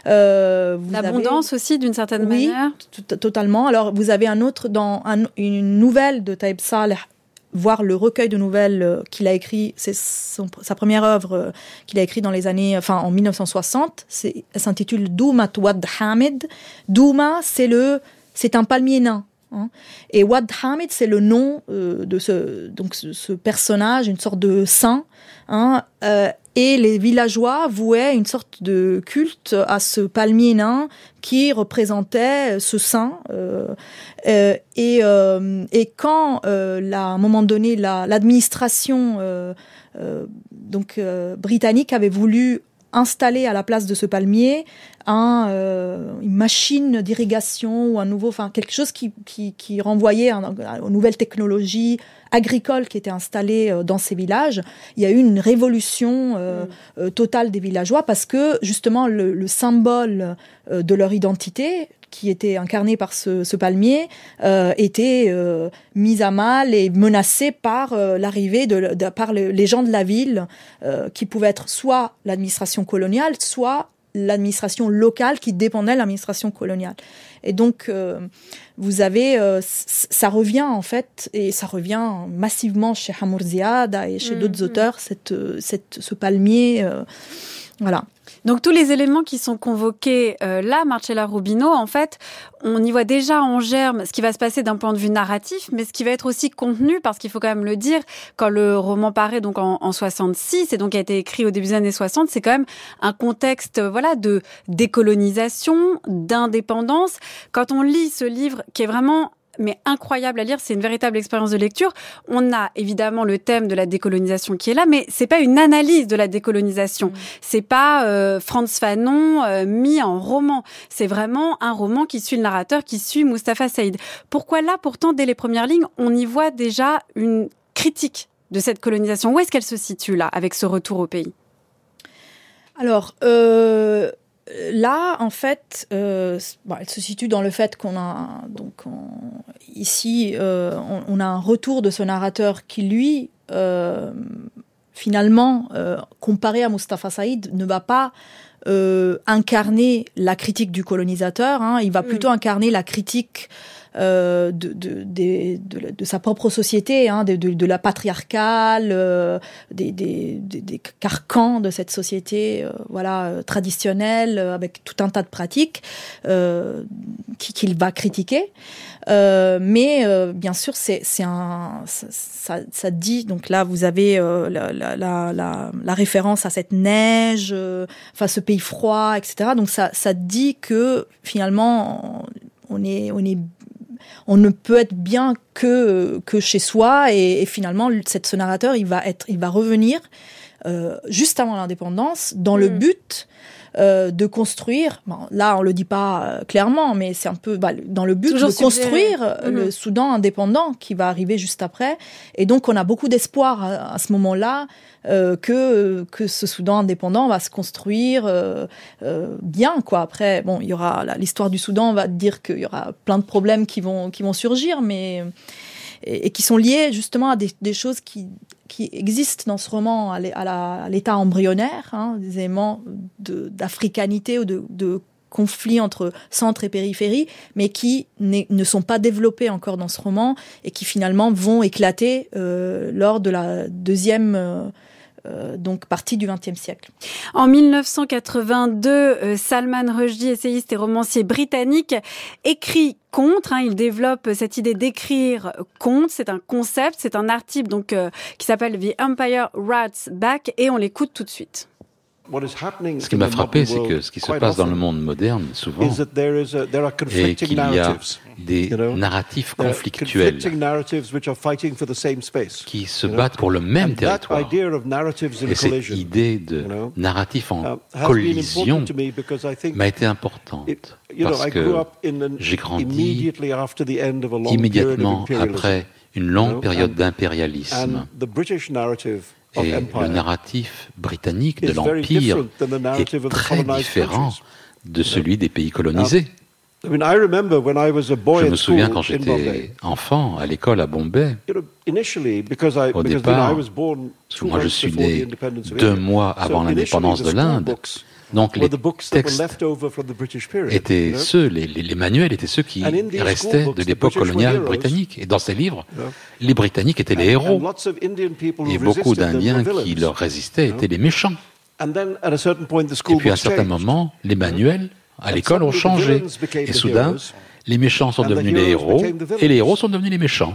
Euh, L'abondance avez... aussi, d'une certaine oui, manière. T- totalement. Alors, vous avez un autre dans un, une nouvelle de Taïb Saleh, voir le recueil de nouvelles qu'il a écrit, c'est son, sa première œuvre qu'il a écrit dans les années, enfin en mille neuf cent soixante. C'est, elle s'intitule Douma Wad Hamid. Douma, c'est le, c'est un palmier nain. Hein. Et Wad Hamid, c'est le nom euh, de ce, donc ce, ce personnage, une sorte de saint. Hein, euh, et les villageois vouaient une sorte de culte à ce palmier nain qui représentait ce saint. Euh, euh, et, euh, et quand, euh, la, à un moment donné, la, l'administration euh, euh, donc euh, britannique avait voulu installer à la place de ce palmier un, euh, une machine d'irrigation ou un nouveau, enfin quelque chose qui, qui, qui renvoyait à, à, aux nouvelles technologies agricoles qui étaient installées dans ces villages. Il y a eu une révolution euh, mmh. euh, totale des villageois parce que justement le, le symbole euh, de leur identité, qui était incarné par ce, ce palmier, euh, était euh, mis à mal et menacé par euh, l'arrivée de, de par le, les gens de la ville, euh, qui pouvaient être soit l'administration coloniale, soit l'administration locale qui dépendait de l'administration coloniale. Et donc, euh, vous avez, euh, c- ça revient en fait, et ça revient massivement chez Hamour Ziada et chez mmh, d'autres mmh. auteurs, cette, cette, ce palmier, euh, voilà. Donc tous les éléments qui sont convoqués euh, là, Marcella Rubino, en fait, on y voit déjà en germe ce qui va se passer d'un point de vue narratif, mais ce qui va être aussi contenu, parce qu'il faut quand même le dire, quand le roman paraît donc en, en soixante-six, et donc a été écrit au début des années soixante, c'est quand même un contexte voilà de décolonisation, d'indépendance. Quand on lit ce livre qui est vraiment mais incroyable à lire, c'est une véritable expérience de lecture. On a évidemment le thème de la décolonisation qui est là, mais c'est pas une analyse de la décolonisation. Mmh. C'est pas euh, Frantz Fanon euh, mis en roman. C'est vraiment un roman qui suit le narrateur, qui suit Mustapha Saïd. Pourquoi là, pourtant, dès les premières lignes, on y voit déjà une critique de cette colonisation? Où est-ce qu'elle se situe là, avec ce retour au pays? Alors, euh... là, en fait, euh, bon, elle se situe dans le fait qu'on a, donc, on, ici, euh, on, on a un retour de ce narrateur qui, lui, euh, finalement, euh, comparé à Mustapha Saïd, ne va pas euh, incarner la critique du colonisateur, hein, il va mmh. plutôt incarner la critique Euh, de, de, de, de, de sa propre société, hein, de, de, de la patriarcale, euh, des, des, des, des carcans de cette société, euh, voilà, euh, traditionnelle, euh, avec tout un tas de pratiques euh, qui, qu'il va critiquer. Euh, mais euh, bien sûr, c'est, c'est un, ça, ça, ça dit. Donc là, vous avez euh, la, la, la, la, la référence à cette neige, euh, enfin ce pays froid, et cetera. Donc ça, ça dit que finalement, on est, on est on ne peut être bien que que chez soi, et, et finalement cette, ce narrateur il va être il va revenir euh, juste avant l'indépendance dans mmh. le but euh, de construire, bon, là on le dit pas euh, clairement, mais c'est un peu bah, dans le but Toujours de construire mmh. le Soudan indépendant qui va arriver juste après. Et donc on a beaucoup d'espoir à, à ce moment-là euh, que que ce Soudan indépendant va se construire euh, euh, bien, quoi. Après bon, il y aura là, l'histoire du Soudan va dire qu'il y aura plein de problèmes qui vont qui vont surgir, mais et, et qui sont liés justement à des, des choses qui qui existent dans ce roman à, à, la, à l'état embryonnaire, hein, des éléments de, d'africanité ou de, de conflits entre centre et périphérie, mais qui ne sont pas développés encore dans ce roman et qui finalement vont éclater euh, lors de la deuxième euh, euh, donc partie du vingtième siècle. En dix-neuf cent quatre-vingt-deux, euh, Salman Rushdie, essayiste et romancier britannique, écrit Contre, hein, il développe cette idée d'écrire contre, c'est un concept, c'est un article donc euh, qui s'appelle The Empire Writes Back et on l'écoute tout de suite. Ce qui m'a frappé, c'est que ce qui se passe dans le monde moderne, souvent, est qu'il y a des narratifs conflictuels qui se battent pour le même territoire. Et cette idée de narratif en collision m'a été importante, parce que j'ai grandi immédiatement après une longue période d'impérialisme. Et le narratif britannique de l'Empire est très différent de celui des pays colonisés. Je me souviens quand j'étais enfant à l'école à Bombay, au départ, parce que moi je suis né deux mois avant l'indépendance de l'Inde, donc les textes étaient ceux, les, les, les manuels étaient ceux qui restaient de l'époque coloniale britannique. Et dans ces livres, les Britanniques étaient les héros. Et beaucoup d'Indiens qui leur résistaient étaient les méchants. Et puis à un certain moment, les manuels à l'école ont changé. Et soudain, les méchants sont devenus les héros et les héros sont devenus les méchants.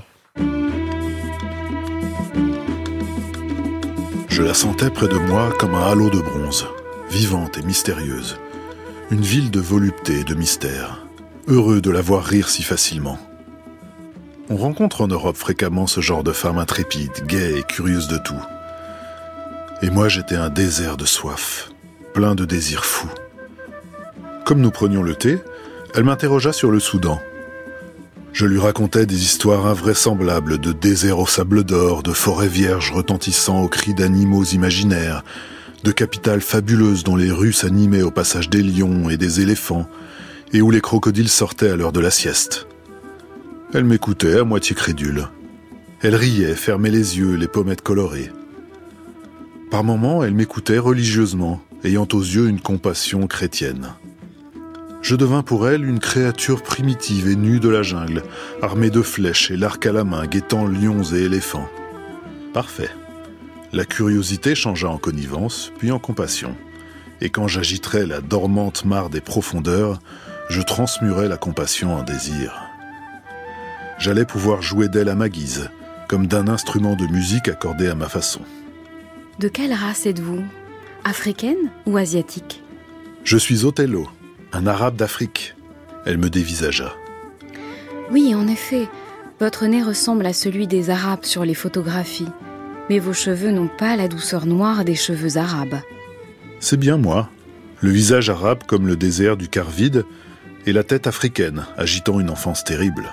Je la sentais près de moi comme un halo de bronze, vivante et mystérieuse. Une ville de volupté et de mystère. Heureux de la voir rire si facilement. On rencontre en Europe fréquemment ce genre de femme intrépide, gaie et curieuse de tout. Et moi j'étais un désert de soif, plein de désirs fous. Comme nous prenions le thé, elle m'interrogea sur le Soudan. Je lui racontais des histoires invraisemblables de déserts au sable d'or, de forêts vierges retentissant aux cris d'animaux imaginaires, de capitales fabuleuses dont les rues s'animaient au passage des lions et des éléphants, et où les crocodiles sortaient à l'heure de la sieste. Elle m'écoutait à moitié crédule. Elle riait, fermait les yeux, les pommettes colorées. Par moments, elle m'écoutait religieusement, ayant aux yeux une compassion chrétienne. Je devins pour elle une créature primitive et nue de la jungle, armée de flèches et l'arc à la main, guettant lions et éléphants. Parfait. La curiosité changea en connivence, puis en compassion. Et quand j'agiterais la dormante mare des profondeurs, je transmurais la compassion en désir. J'allais pouvoir jouer d'elle à ma guise, comme d'un instrument de musique accordé à ma façon. De quelle race êtes-vous ? Africaine ou asiatique ? Je suis Othello, un arabe d'Afrique. Elle me dévisagea. Oui, en effet, votre nez ressemble à celui des Arabes sur les photographies. Mais vos cheveux n'ont pas la douceur noire des cheveux arabes. C'est bien moi. Le visage arabe comme le désert du quart vide et la tête africaine agitant une enfance terrible.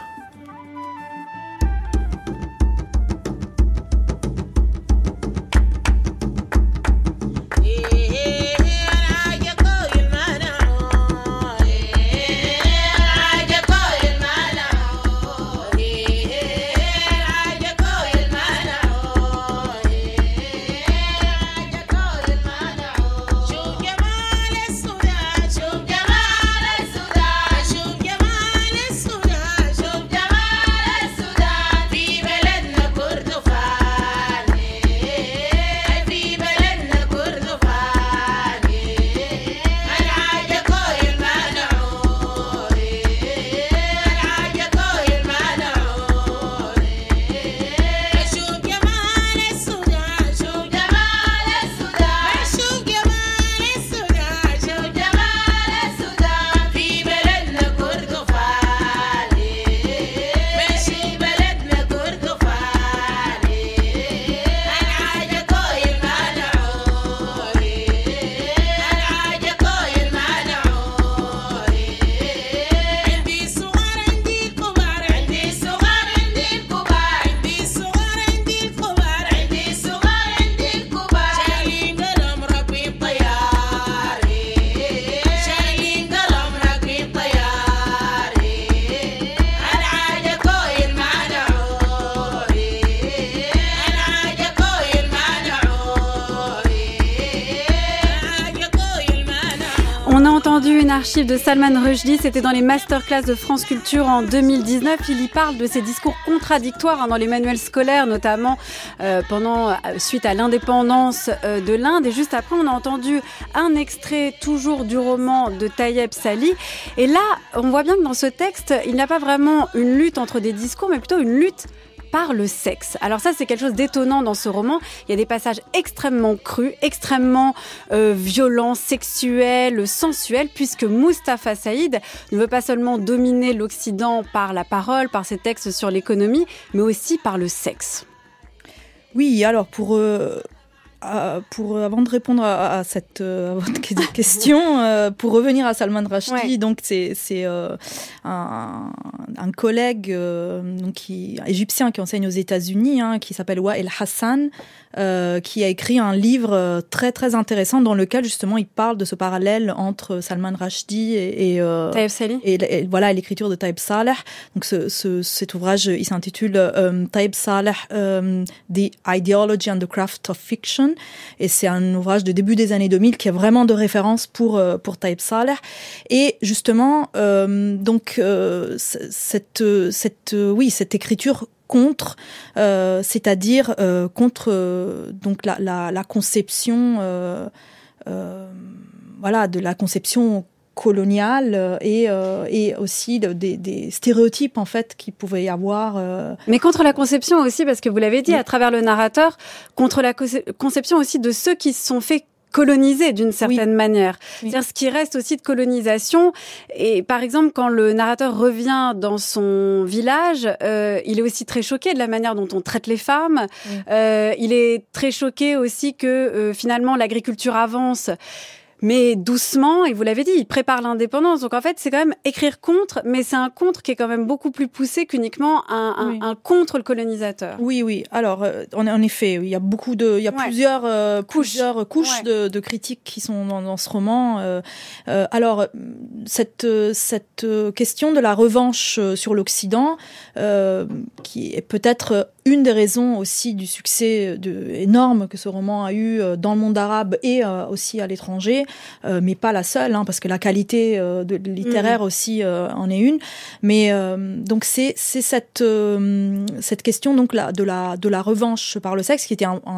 entendu une archive de Salman Rushdie, c'était dans les masterclass de France Culture en deux mille dix-neuf. Il y parle de ses discours contradictoires hein, dans les manuels scolaires, notamment euh, pendant, euh, suite à l'indépendance euh, de l'Inde. Et juste après, on a entendu un extrait toujours du roman de Tayeb Sali. Et là, on voit bien que dans ce texte, il n'y a pas vraiment une lutte entre des discours, mais plutôt une lutte par le sexe. Alors ça, c'est quelque chose d'étonnant dans ce roman. Il y a des passages extrêmement crus, extrêmement euh, violents, sexuels, sensuels, puisque Mustapha Saïd ne veut pas seulement dominer l'Occident par la parole, par ses textes sur l'économie, mais aussi par le sexe. Oui, alors pour... Euh... Euh, pour avant de répondre à, à cette euh, à votre question, euh, pour revenir à Salman Rushdie, ouais. donc c'est c'est euh, un, un collègue euh, donc qui égyptien qui enseigne aux États-Unis, hein, qui s'appelle Wael Hassan, euh, qui a écrit un livre très très intéressant dans lequel justement il parle de ce parallèle entre Salman Rushdie et, et euh, Tayeb Sali et, et voilà l'écriture de Tayeb Saleh. Donc ce, ce cet ouvrage il s'intitule euh, Tayeb Saleh euh, The Ideology and the Craft of Fiction. Et c'est un ouvrage de début des années deux mille qui est vraiment de référence pour pour Tayeb Saleh. Et justement, euh, donc euh, cette cette oui cette écriture contre, euh, c'est-à-dire euh, contre euh, donc la la, la conception euh, euh, voilà de la conception coloniale et euh, et aussi de, des, des stéréotypes en fait qu'il pouvait y avoir. Euh... Mais contre la conception aussi, parce que vous l'avez dit oui. à travers le narrateur, contre la co- conception aussi de ceux qui se sont fait coloniser d'une certaine oui. manière. Oui. C'est-à-dire ce qui reste aussi de colonisation. Et par exemple, quand le narrateur revient dans son village, euh, il est aussi très choqué de la manière dont on traite les femmes. Oui. Euh, il est très choqué aussi que euh, finalement l'agriculture avance, mais doucement, et vous l'avez dit, il prépare l'indépendance. Donc en fait, c'est quand même écrire contre, mais c'est un contre qui est quand même beaucoup plus poussé qu'uniquement un, un, oui. un contre le colonisateur. Oui, oui. Alors, euh, en, en effet, il y a beaucoup de, il y a ouais. plusieurs euh, couches, plusieurs couches ouais. de, de critiques qui sont dans, dans ce roman. Euh, euh, alors, cette cette question de la revanche sur l'Occident, euh, qui est peut-être une des raisons aussi du succès de, énorme que ce roman a eu dans le monde arabe et euh, aussi à l'étranger, euh, mais pas la seule, hein, parce que la qualité euh, de, de littéraire mmh. aussi euh, en est une. Mais euh, donc c'est c'est cette euh, cette question donc la, de la de la revanche par le sexe qui était un, un,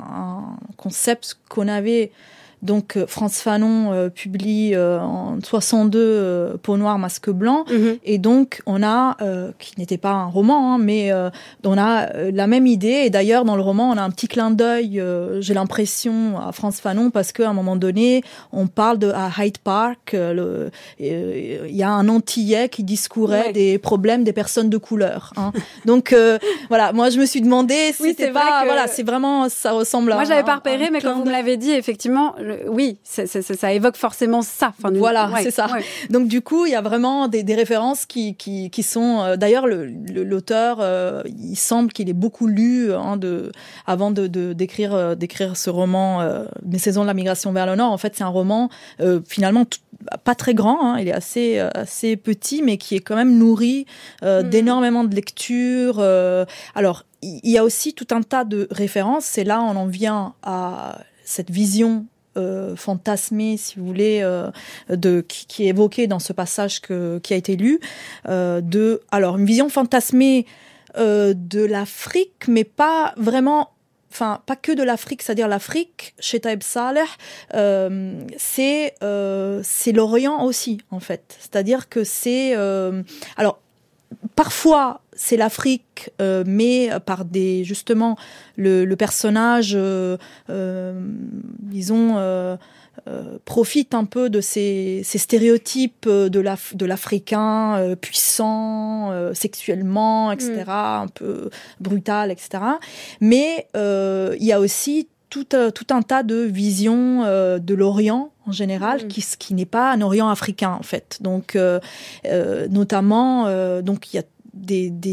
un concept qu'on avait. Donc Frantz Fanon euh, publie euh, en soixante-deux euh, Peau noire, masque blanc, mm-hmm. et donc on a, euh, qui n'était pas un roman, hein, mais euh, on a euh, la même idée. Et d'ailleurs dans le roman on a un petit clin d'œil, euh, j'ai l'impression, à Frantz Fanon, parce qu'à un moment donné on parle de à Hyde Park, il euh, euh, y a un Antillais qui discourait ouais. des problèmes des personnes de couleur. Hein. Donc euh, voilà, moi je me suis demandé si oui, c'était pas, que... voilà, c'est vraiment, ça ressemble. Moi à. Moi j'avais pas repéré, mais quand vous me l'avez dit, effectivement. Oui, c'est, c'est, ça évoque forcément ça. Enfin, voilà, ouais, c'est ça. Ouais. Donc du coup, il y a vraiment des, des références qui, qui, qui sont. Euh, d'ailleurs, le, le, l'auteur, euh, il semble qu'il ait beaucoup lu hein, de, avant de, de d'écrire, euh, d'écrire ce roman. Euh, Mes saisons de la migration vers le nord. En fait, c'est un roman euh, finalement tout, pas très grand. Hein, il est assez, assez petit, mais qui est quand même nourri euh, mmh. d'énormément de lectures. Euh, alors, il y a aussi tout un tas de références. C'est là on en vient à cette vision. Euh, fantasmé, si vous voulez, euh, de qui, qui est évoqué dans ce passage que, qui a été lu, euh, de alors une vision fantasmée euh, de l'Afrique, mais pas vraiment, enfin pas que de l'Afrique, c'est-à-dire l'Afrique chez Tayeb Saleh, euh, c'est euh, c'est l'Orient aussi en fait, c'est-à-dire que c'est euh, alors. Parfois, c'est l'Afrique, euh, mais par des justement le, le personnage, euh, euh, disons, euh, euh, profite un peu de ces, ces stéréotypes de, la, de l'Africain euh, puissant, euh, sexuellement, et cetera, mmh. un peu brutal, et cetera. Mais euh, il y a aussi tout, euh, tout un tas de visions euh, de l'Orient en général, mmh. qui, qui n'est pas un Orient africain en fait. Donc, euh, euh, notamment, euh, donc il y a des, des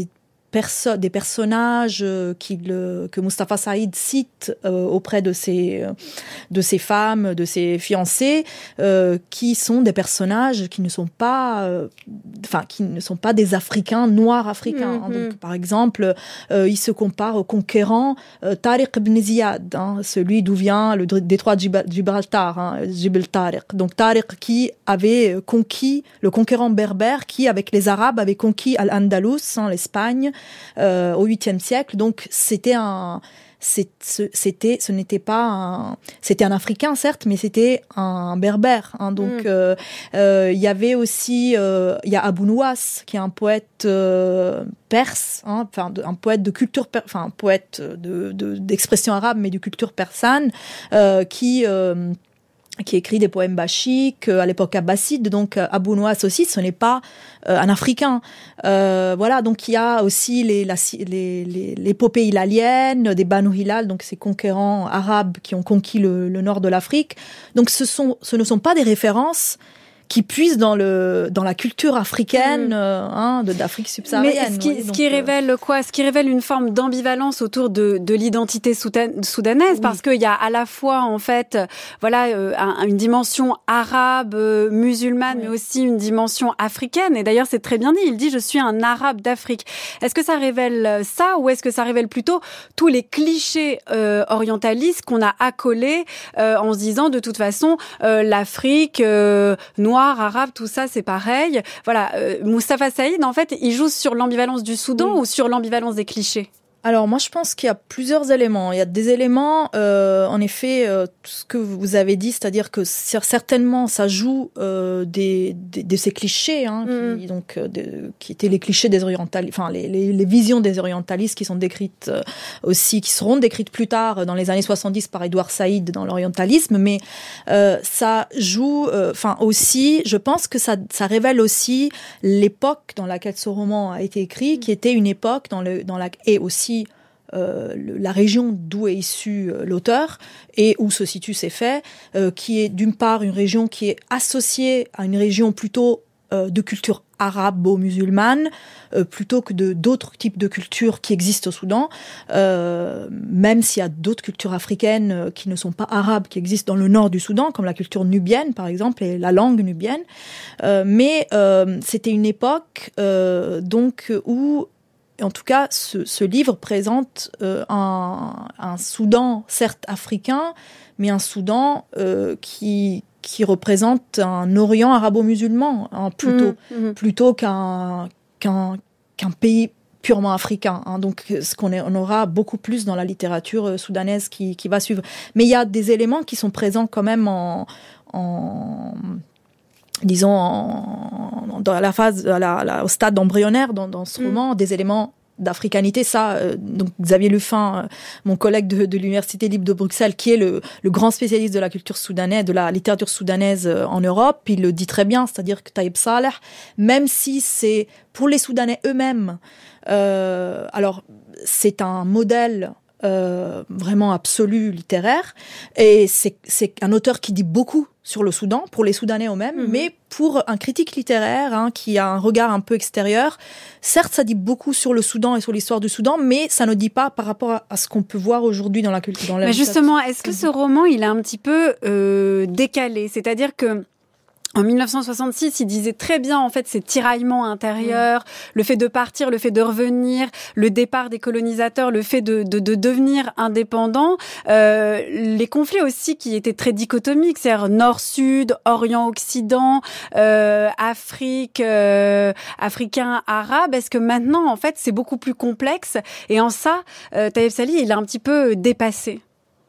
perso- des personnages euh, qu'il, euh, que Mustafa Saïd cite euh, auprès de ses, euh, de ses femmes, de ses fiancées, euh, qui sont des personnages qui ne sont pas, euh, enfin, qui ne sont pas des Africains, noirs africains. Mm-hmm. Hein. Donc, par exemple, euh, il se compare au conquérant euh, Tariq ibn Ziyad, hein, celui d'où vient le détroit de Gibraltar, hein, Jibel Tariq. Donc, Tariq qui avait conquis, le conquérant berbère qui, avec les Arabes, avait conquis Al-Andalus, hein, l'Espagne, Euh, au huitième siècle. Donc c'était un, c'est, c'était, ce n'était pas un, c'était un Africain certes, mais c'était un berbère. Hein, donc il mm. euh, euh, y avait aussi, il euh, y a Abou Nouas qui est un poète euh, perse, hein, enfin un poète de culture, enfin un poète de, de d'expression arabe mais de culture persane, euh, qui euh, qui écrit des poèmes bachiques euh, à l'époque abbasside. Donc euh, Abou Nouas aussi, ce n'est pas euh, un Africain. Euh, voilà, donc il y a aussi les, la, les, les, l'épopée hilalienne des Banu Hilal, donc ces conquérants arabes qui ont conquis le, le nord de l'Afrique. Donc ce, sont, ce ne sont pas des références qui puissent dans le dans la culture africaine, mmh. euh, hein, de d'Afrique subsaharienne. Mais ce qui, oui, ce donc, qui révèle quoi? Ce qui révèle une forme d'ambivalence autour de de l'identité soudan, soudanaise, oui. Parce qu'il y a à la fois en fait, voilà, euh, un, une dimension arabe, euh, musulmane, oui. Mais aussi une dimension africaine. Et d'ailleurs, c'est très bien dit. Il dit je suis un arabe d'Afrique. Est-ce que ça révèle ça ou est-ce que ça révèle plutôt tous les clichés euh, orientalistes qu'on a accolés euh, en se disant de toute façon euh, l'Afrique euh, noire, arabe, tout ça, c'est pareil. Voilà, euh, Mustafa Saïd, en fait, il joue sur l'ambivalence du Soudan oui. ou sur l'ambivalence des clichés? Alors moi je pense qu'il y a plusieurs éléments. Il y a des éléments, euh, en effet, euh, tout ce que vous avez dit, c'est-à-dire que certainement ça joue euh, des, des de ces clichés, hein, mm. qui, donc euh, de, qui étaient les clichés des orientalistes, enfin les, les les visions des orientalistes qui sont décrites euh, aussi, qui seront décrites plus tard dans les années soixante-dix par Edouard Saïd dans l'orientalisme, mais euh, ça joue, enfin euh, aussi, je pense que ça ça révèle aussi l'époque dans laquelle ce roman a été écrit, mm. qui était une époque dans le dans la et aussi Euh, le, la région d'où est issu euh, l'auteur et où se situent ces faits, euh, qui est d'une part une région qui est associée à une région plutôt euh, de culture arabo-musulmane, euh, plutôt que de d'autres types de cultures qui existent au Soudan, euh, même s'il y a d'autres cultures africaines euh, qui ne sont pas arabes, qui existent dans le nord du Soudan, comme la culture nubienne par exemple, et la langue nubienne. Euh, mais euh, c'était une époque euh, donc où en tout cas, ce, ce livre présente euh, un, un Soudan, certes africain, mais un Soudan euh, qui, qui représente un Orient arabo-musulman, hein, plutôt, mmh, mmh. plutôt qu'un, qu'un, qu'un pays purement africain. Hein, donc, ce qu'on est, on aura beaucoup plus dans la littérature soudanaise qui, qui va suivre. Mais il y a des éléments qui sont présents quand même en... en disons, en, dans la phase, à la, à la, au stade embryonnaire dans, dans ce mmh. roman, des éléments d'africanité. Ça, euh, donc Xavier Lefin, euh, mon collègue de, de l'Université libre de Bruxelles, qui est le, le grand spécialiste de la culture soudanaise, de la littérature soudanaise euh, en Europe, il le dit très bien, c'est-à-dire que Taïb Saleh, même si c'est pour les Soudanais eux-mêmes, euh, alors c'est un modèle Euh, vraiment absolu littéraire, et c'est, c'est un auteur qui dit beaucoup sur le Soudan, pour les Soudanais eux-mêmes, mmh. mais pour un critique littéraire hein, qui a un regard un peu extérieur, certes ça dit beaucoup sur le Soudan et sur l'histoire du Soudan, mais ça ne dit pas par rapport à, à ce qu'on peut voir aujourd'hui dans la culture. Dans la mais justement, est-ce que ce roman il est un petit peu euh, décalé, c'est-à-dire que en dix-neuf cent soixante-six, il disait très bien en fait ces tiraillements intérieurs, mmh. le fait de partir, le fait de revenir, le départ des colonisateurs, le fait de, de, de devenir indépendant, euh, les conflits aussi qui étaient très dichotomiques, c'est-à-dire Nord-Sud, Orient-Occident, euh, Afrique, euh, Africain, Arabe. Est-ce que maintenant en fait c'est beaucoup plus complexe et en ça, euh, Taïeb Salih il a un petit peu dépassé.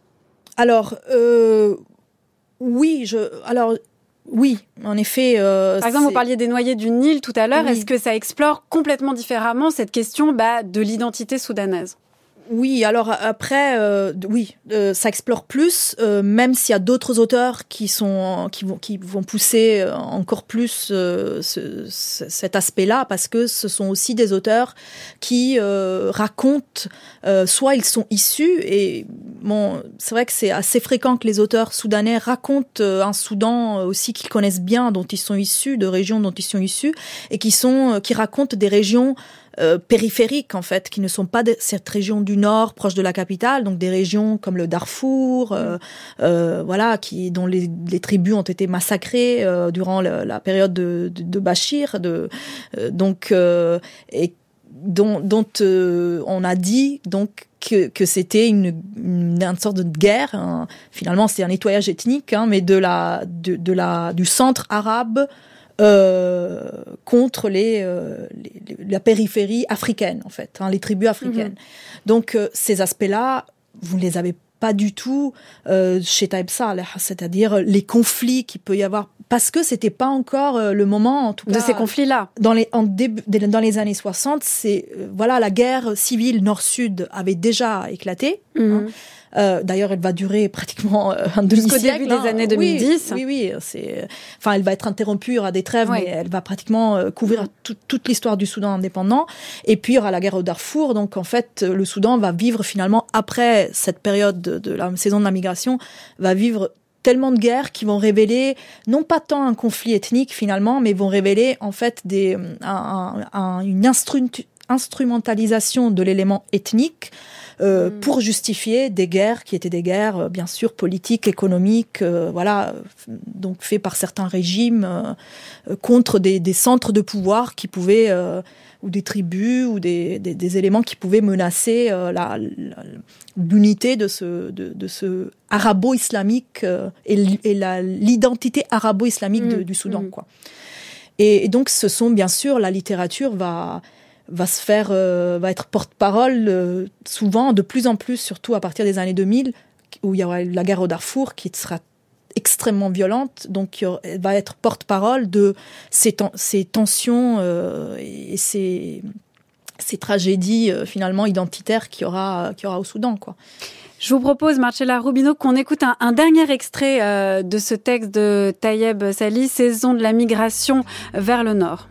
Alors euh, oui, je alors. Oui, en effet. Euh, Par exemple, c'est... vous parliez des noyés du Nil tout à l'heure. Oui. Est-ce que ça explore complètement différemment cette question bah, de l'identité soudanaise ? Oui, alors après, euh, oui, euh, ça explore plus, euh, même s'il y a d'autres auteurs qui sont, qui vont, qui vont pousser encore plus euh, ce, ce, cet aspect-là, parce que ce sont aussi des auteurs qui euh, racontent, euh, soit ils sont issus, et bon, c'est vrai que c'est assez fréquent que les auteurs soudanais racontent euh, un Soudan aussi qu'ils connaissent bien, dont ils sont issus, de régions dont ils sont issus, et qui sont, qui racontent des régions euh, périphériques en fait, qui ne sont pas de cette région du nord proche de la capitale, donc des régions comme le Darfour, euh, euh, voilà, qui dont les, les tribus ont été massacrées euh, durant le, la période de, de, de Bachir, de euh, donc euh, et dont, dont euh, on a dit donc que, que c'était une, une, une sorte de guerre. Hein. Finalement, c'est un nettoyage ethnique, hein, mais de la, de, de la, du centre arabe euh, contre les, euh, les, la périphérie africaine, en fait, hein, les tribus africaines. Mm-hmm. Donc, euh, ces aspects-là, vous ne les avez pas du tout euh, chez Taïeb Saleh, c'est-à-dire les conflits qu'il peut y avoir, parce que c'était pas encore euh, le moment, en tout cas, de ces conflits-là. Dans les en début, dans les années soixante, c'est euh, voilà, la guerre civile Nord-Sud avait déjà éclaté. Mmh. Hein. Euh, d'ailleurs, elle va durer pratiquement euh, un demi-siècle. Jusqu'au début hein. des années deux mille dix. Oui, oui, oui. C'est, enfin, elle va être interrompue, il y aura des trêves, oui. mais elle va pratiquement euh, couvrir tout, toute l'histoire du Soudan indépendant. Et puis, il y aura la guerre au Darfour. Donc, en fait, le Soudan va vivre finalement, après cette période de, de la saison de la migration, va vivre tellement de guerres qui vont révéler, non pas tant un conflit ethnique finalement, mais vont révéler en fait des, un, un, une instru- instrumentalisation de l'élément ethnique Euh, mmh. pour justifier des guerres qui étaient des guerres, euh, bien sûr, politiques, économiques, euh, voilà, donc faites par certains régimes euh, contre des, des centres de pouvoir qui pouvaient, euh, ou des tribus, ou des, des, des éléments qui pouvaient menacer euh, la, la, l'unité de ce, de, de ce arabo-islamique euh, et, et la, l'identité arabo-islamique mmh. de, du Soudan, mmh. quoi. Et, et donc, ce sont bien sûr, la littérature va... va se faire, euh, va être porte-parole euh, souvent, de plus en plus, surtout à partir des années deux mille, où il y aura la guerre au Darfour qui sera extrêmement violente, donc elle va être porte-parole de ces, ten- ces tensions euh, et ces, ces tragédies euh, finalement identitaires qu'il y aura, qu'il y aura au Soudan, quoi. Je vous propose, Marcella Rubino, qu'on écoute un, un dernier extrait euh, de ce texte de Taïeb Salih, Saison de la migration vers le nord.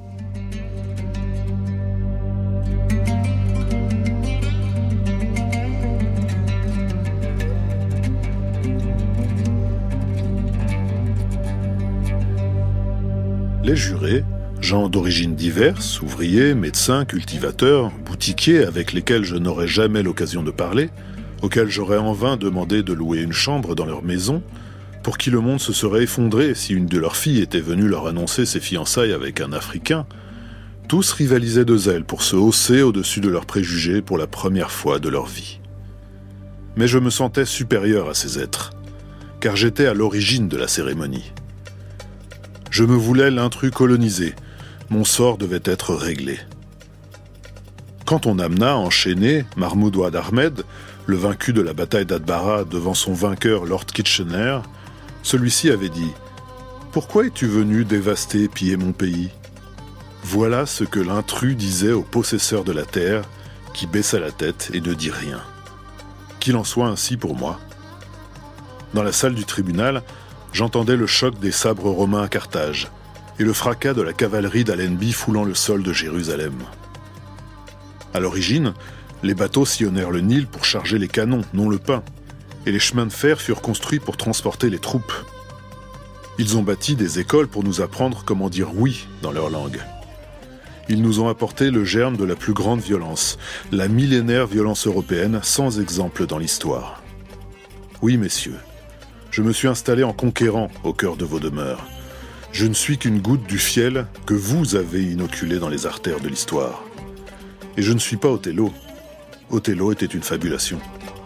Les jurés, gens d'origines diverses, ouvriers, médecins, cultivateurs, boutiquiers avec lesquels je n'aurais jamais l'occasion de parler, auxquels j'aurais en vain demandé de louer une chambre dans leur maison, pour qui le monde se serait effondré si une de leurs filles était venue leur annoncer ses fiançailles avec un Africain, tous rivalisaient de zèle pour se hausser au-dessus de leurs préjugés pour la première fois de leur vie. Mais je me sentais supérieur à ces êtres, car j'étais à l'origine de la cérémonie. Je me voulais l'intrus colonisé, mon sort devait être réglé. Quand on amena, enchaîné, Mahmoud Ouad Ahmed, le vaincu de la bataille d'Adbara devant son vainqueur Lord Kitchener, celui-ci avait dit « Pourquoi es-tu venu dévaster et piller mon pays ?» Voilà ce que l'intrus disait au possesseur de la terre, qui baissa la tête et ne dit rien. Qu'il en soit ainsi pour moi. Dans la salle du tribunal, j'entendais le choc des sabres romains à Carthage et le fracas de la cavalerie d'Allenby foulant le sol de Jérusalem. À l'origine, les bateaux sillonnèrent le Nil pour charger les canons, non le pain, et les chemins de fer furent construits pour transporter les troupes. Ils ont bâti des écoles pour nous apprendre comment dire « oui » dans leur langue. Ils nous ont apporté le germe de la plus grande violence, la millénaire violence européenne sans exemple dans l'histoire. Oui, messieurs, je me suis installé en conquérant au cœur de vos demeures. Je ne suis qu'une goutte du fiel que vous avez inoculé dans les artères de l'histoire. Et je ne suis pas Othello. Othello était une fabulation.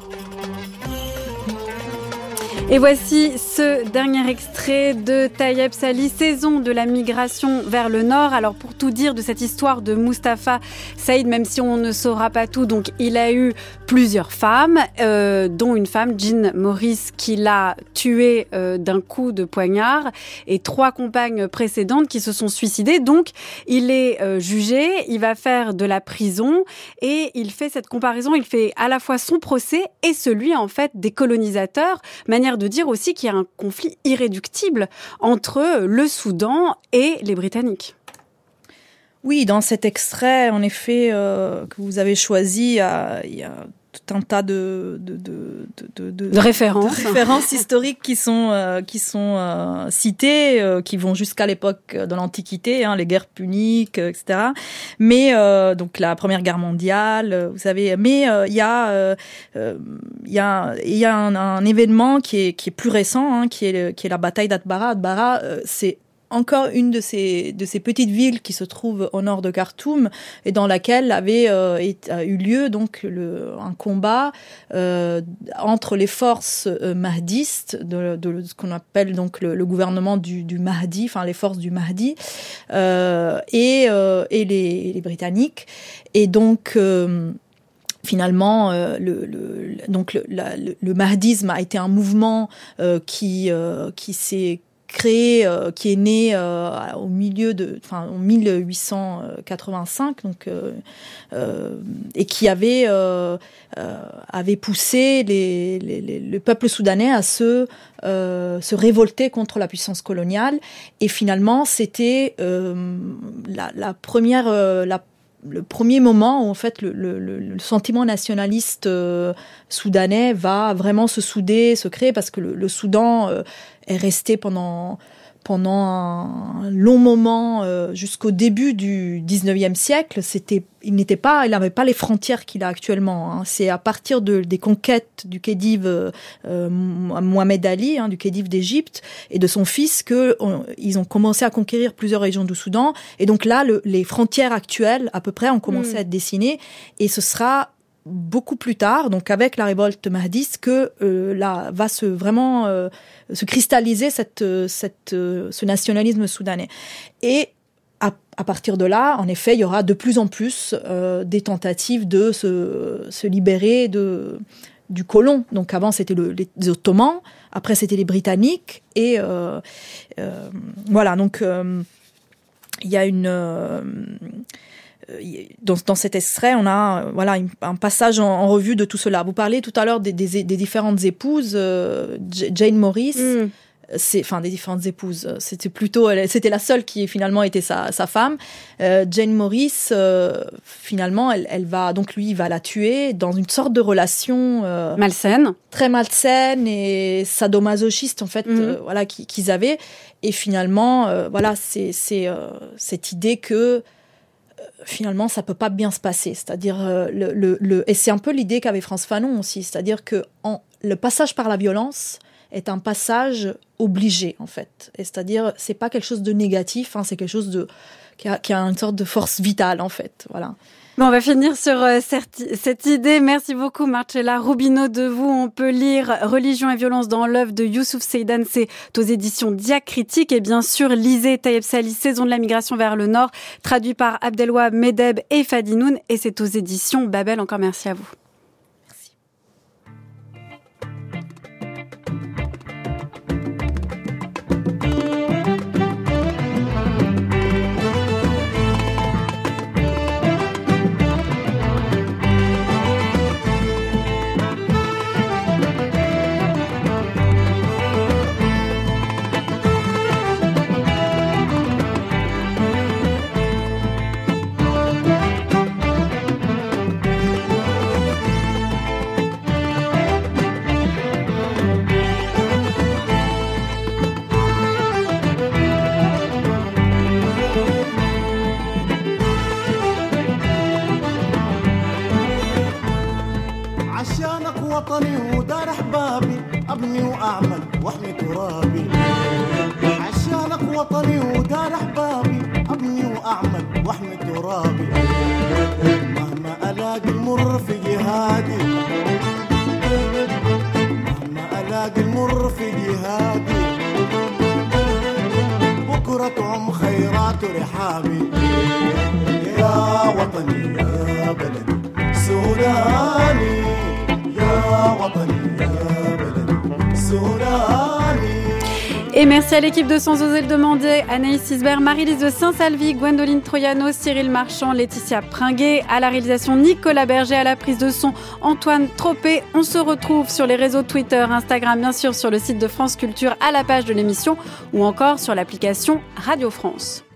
Et voici ce dernier extrait de Taïeb Salih, Saison de la migration vers le nord. Alors pour tout dire de cette histoire de Mustapha Saïd, même si on ne saura pas tout, donc il a eu plusieurs femmes, euh, dont une femme, Jean Morris, qui l'a tué euh, d'un coup de poignard, et trois compagnes précédentes qui se sont suicidées. Donc il est euh, jugé, il va faire de la prison, et il fait cette comparaison, il fait à la fois son procès et celui en fait des colonisateurs, manière de dire aussi qu'il y a un conflit irréductible entre le Soudan et les Britanniques. Oui, dans cet extrait, en effet, euh, que vous avez choisi, il y a, il y a tout un tas de de de de, de, de références, de références historiques qui sont euh, qui sont euh, citées, euh, qui vont jusqu'à l'époque de l'Antiquité, hein, les guerres puniques, euh, et cetera. Mais euh, donc la Première Guerre mondiale, euh, vous savez. Mais il euh, y a il euh, y a il y a un, un événement qui est qui est plus récent, hein, qui est le, qui est la bataille d'Atbara. Atbara, euh, c'est encore une de ces de ces petites villes qui se trouve au nord de Khartoum et dans laquelle avait euh, est, a eu lieu donc le un combat euh, entre les forces euh, mahdistes de, de, de ce qu'on appelle donc le, le gouvernement du, du Mahdi, enfin les forces du Mahdi euh, et euh, et les, les Britanniques et donc euh, Finalement, euh, le, le, donc le, la, le, le mahdisme a été un mouvement euh, qui euh, qui s'est créé, euh, qui est né euh, au milieu de, enfin en mille huit cent quatre-vingt-cinq, donc euh, euh, et qui avait euh, euh, avait poussé les, les, les, le peuple soudanais à se euh, se révolter contre la puissance coloniale. Et finalement, c'était euh, la, la première euh, la le premier moment où en fait le, le, le sentiment nationaliste euh, soudanais va vraiment se souder, se créer, parce que le, le Soudan euh, est resté pendant pendant un long moment euh, jusqu'au début du dix-neuvième siècle. C'était, il n'était pas, il n'avait pas les frontières qu'il a actuellement. Hein. C'est à partir de des conquêtes du Khedive euh, euh, Mohamed Ali, hein, du Khedive d'Égypte et de son fils que on, ils ont commencé à conquérir plusieurs régions du Soudan. Et donc là, le, les frontières actuelles à peu près ont commencé mmh. à être dessinées. Et ce sera beaucoup plus tard, donc avec la révolte mahdiste, que euh, là va se vraiment euh, se cristalliser cette, cette, euh, ce nationalisme soudanais. Et à, à partir de là, en effet, il y aura de plus en plus euh, des tentatives de se, se libérer de, du colon. Donc avant, c'était le, les Ottomans, après c'était les Britanniques, et euh, euh, voilà. Donc euh, il y a une euh, Dans, dans cet extrait, on a voilà un passage en, en revue de tout cela. Vous parlez tout à l'heure des, des, des différentes épouses. Euh, Jane Morris, mm. c'est enfin des différentes épouses. C'était plutôt, c'était la seule qui finalement était sa, sa femme. Euh, Jane Morris, euh, finalement, elle, elle va donc lui, il va la tuer dans une sorte de relation euh, malsaine, très malsaine et sadomasochiste en fait, mm. euh, voilà qu'ils avaient. Et finalement, euh, voilà, c'est c'est euh, cette idée que finalement, ça peut pas bien se passer. C'est-à-dire, euh, le, le, le, et c'est un peu l'idée qu'avait Frantz Fanon aussi. C'est-à-dire que en, le passage par la violence est un passage obligé, en fait. Et c'est-à-dire, c'est pas quelque chose de négatif, hein, c'est quelque chose de, qui a, qui a une sorte de force vitale, en fait. Voilà. Bon, on va finir sur euh, cette, cette idée. Merci beaucoup, Marcella Rubino. De vous, on peut lire Religion et violence dans l'œuvre de Youssouf Seydan. C'est aux éditions Diacritique. Et bien sûr, lisez Tayeb Sali, Saison de la migration vers le Nord, traduit par Abdelwahab Medeb et Fadinoun. Et c'est aux éditions Babel. Encore merci à vous. وطني ودار احبابي ابني واعمل واحمي ترابي عشانك وطني ودار احبابي ابني واعمل واحمي ترابي مهما الاقي المر في جهادي مهما الاقي المر في جهادي بكره تعم خيرات رحابي يا وطني يا بلدي سوداني Et merci à l'équipe de Sans oser le demander, Anaïs Sisbert, Marie-Lise de Saint-Salvi, Gwendoline Troyano, Cyril Marchand, Laetitia Pringuet, à la réalisation Nicolas Berger, à la prise de son Antoine Tropé. On se retrouve sur les réseaux Twitter, Instagram, bien sûr sur le site de France Culture, à la page de l'émission ou encore sur l'application Radio France.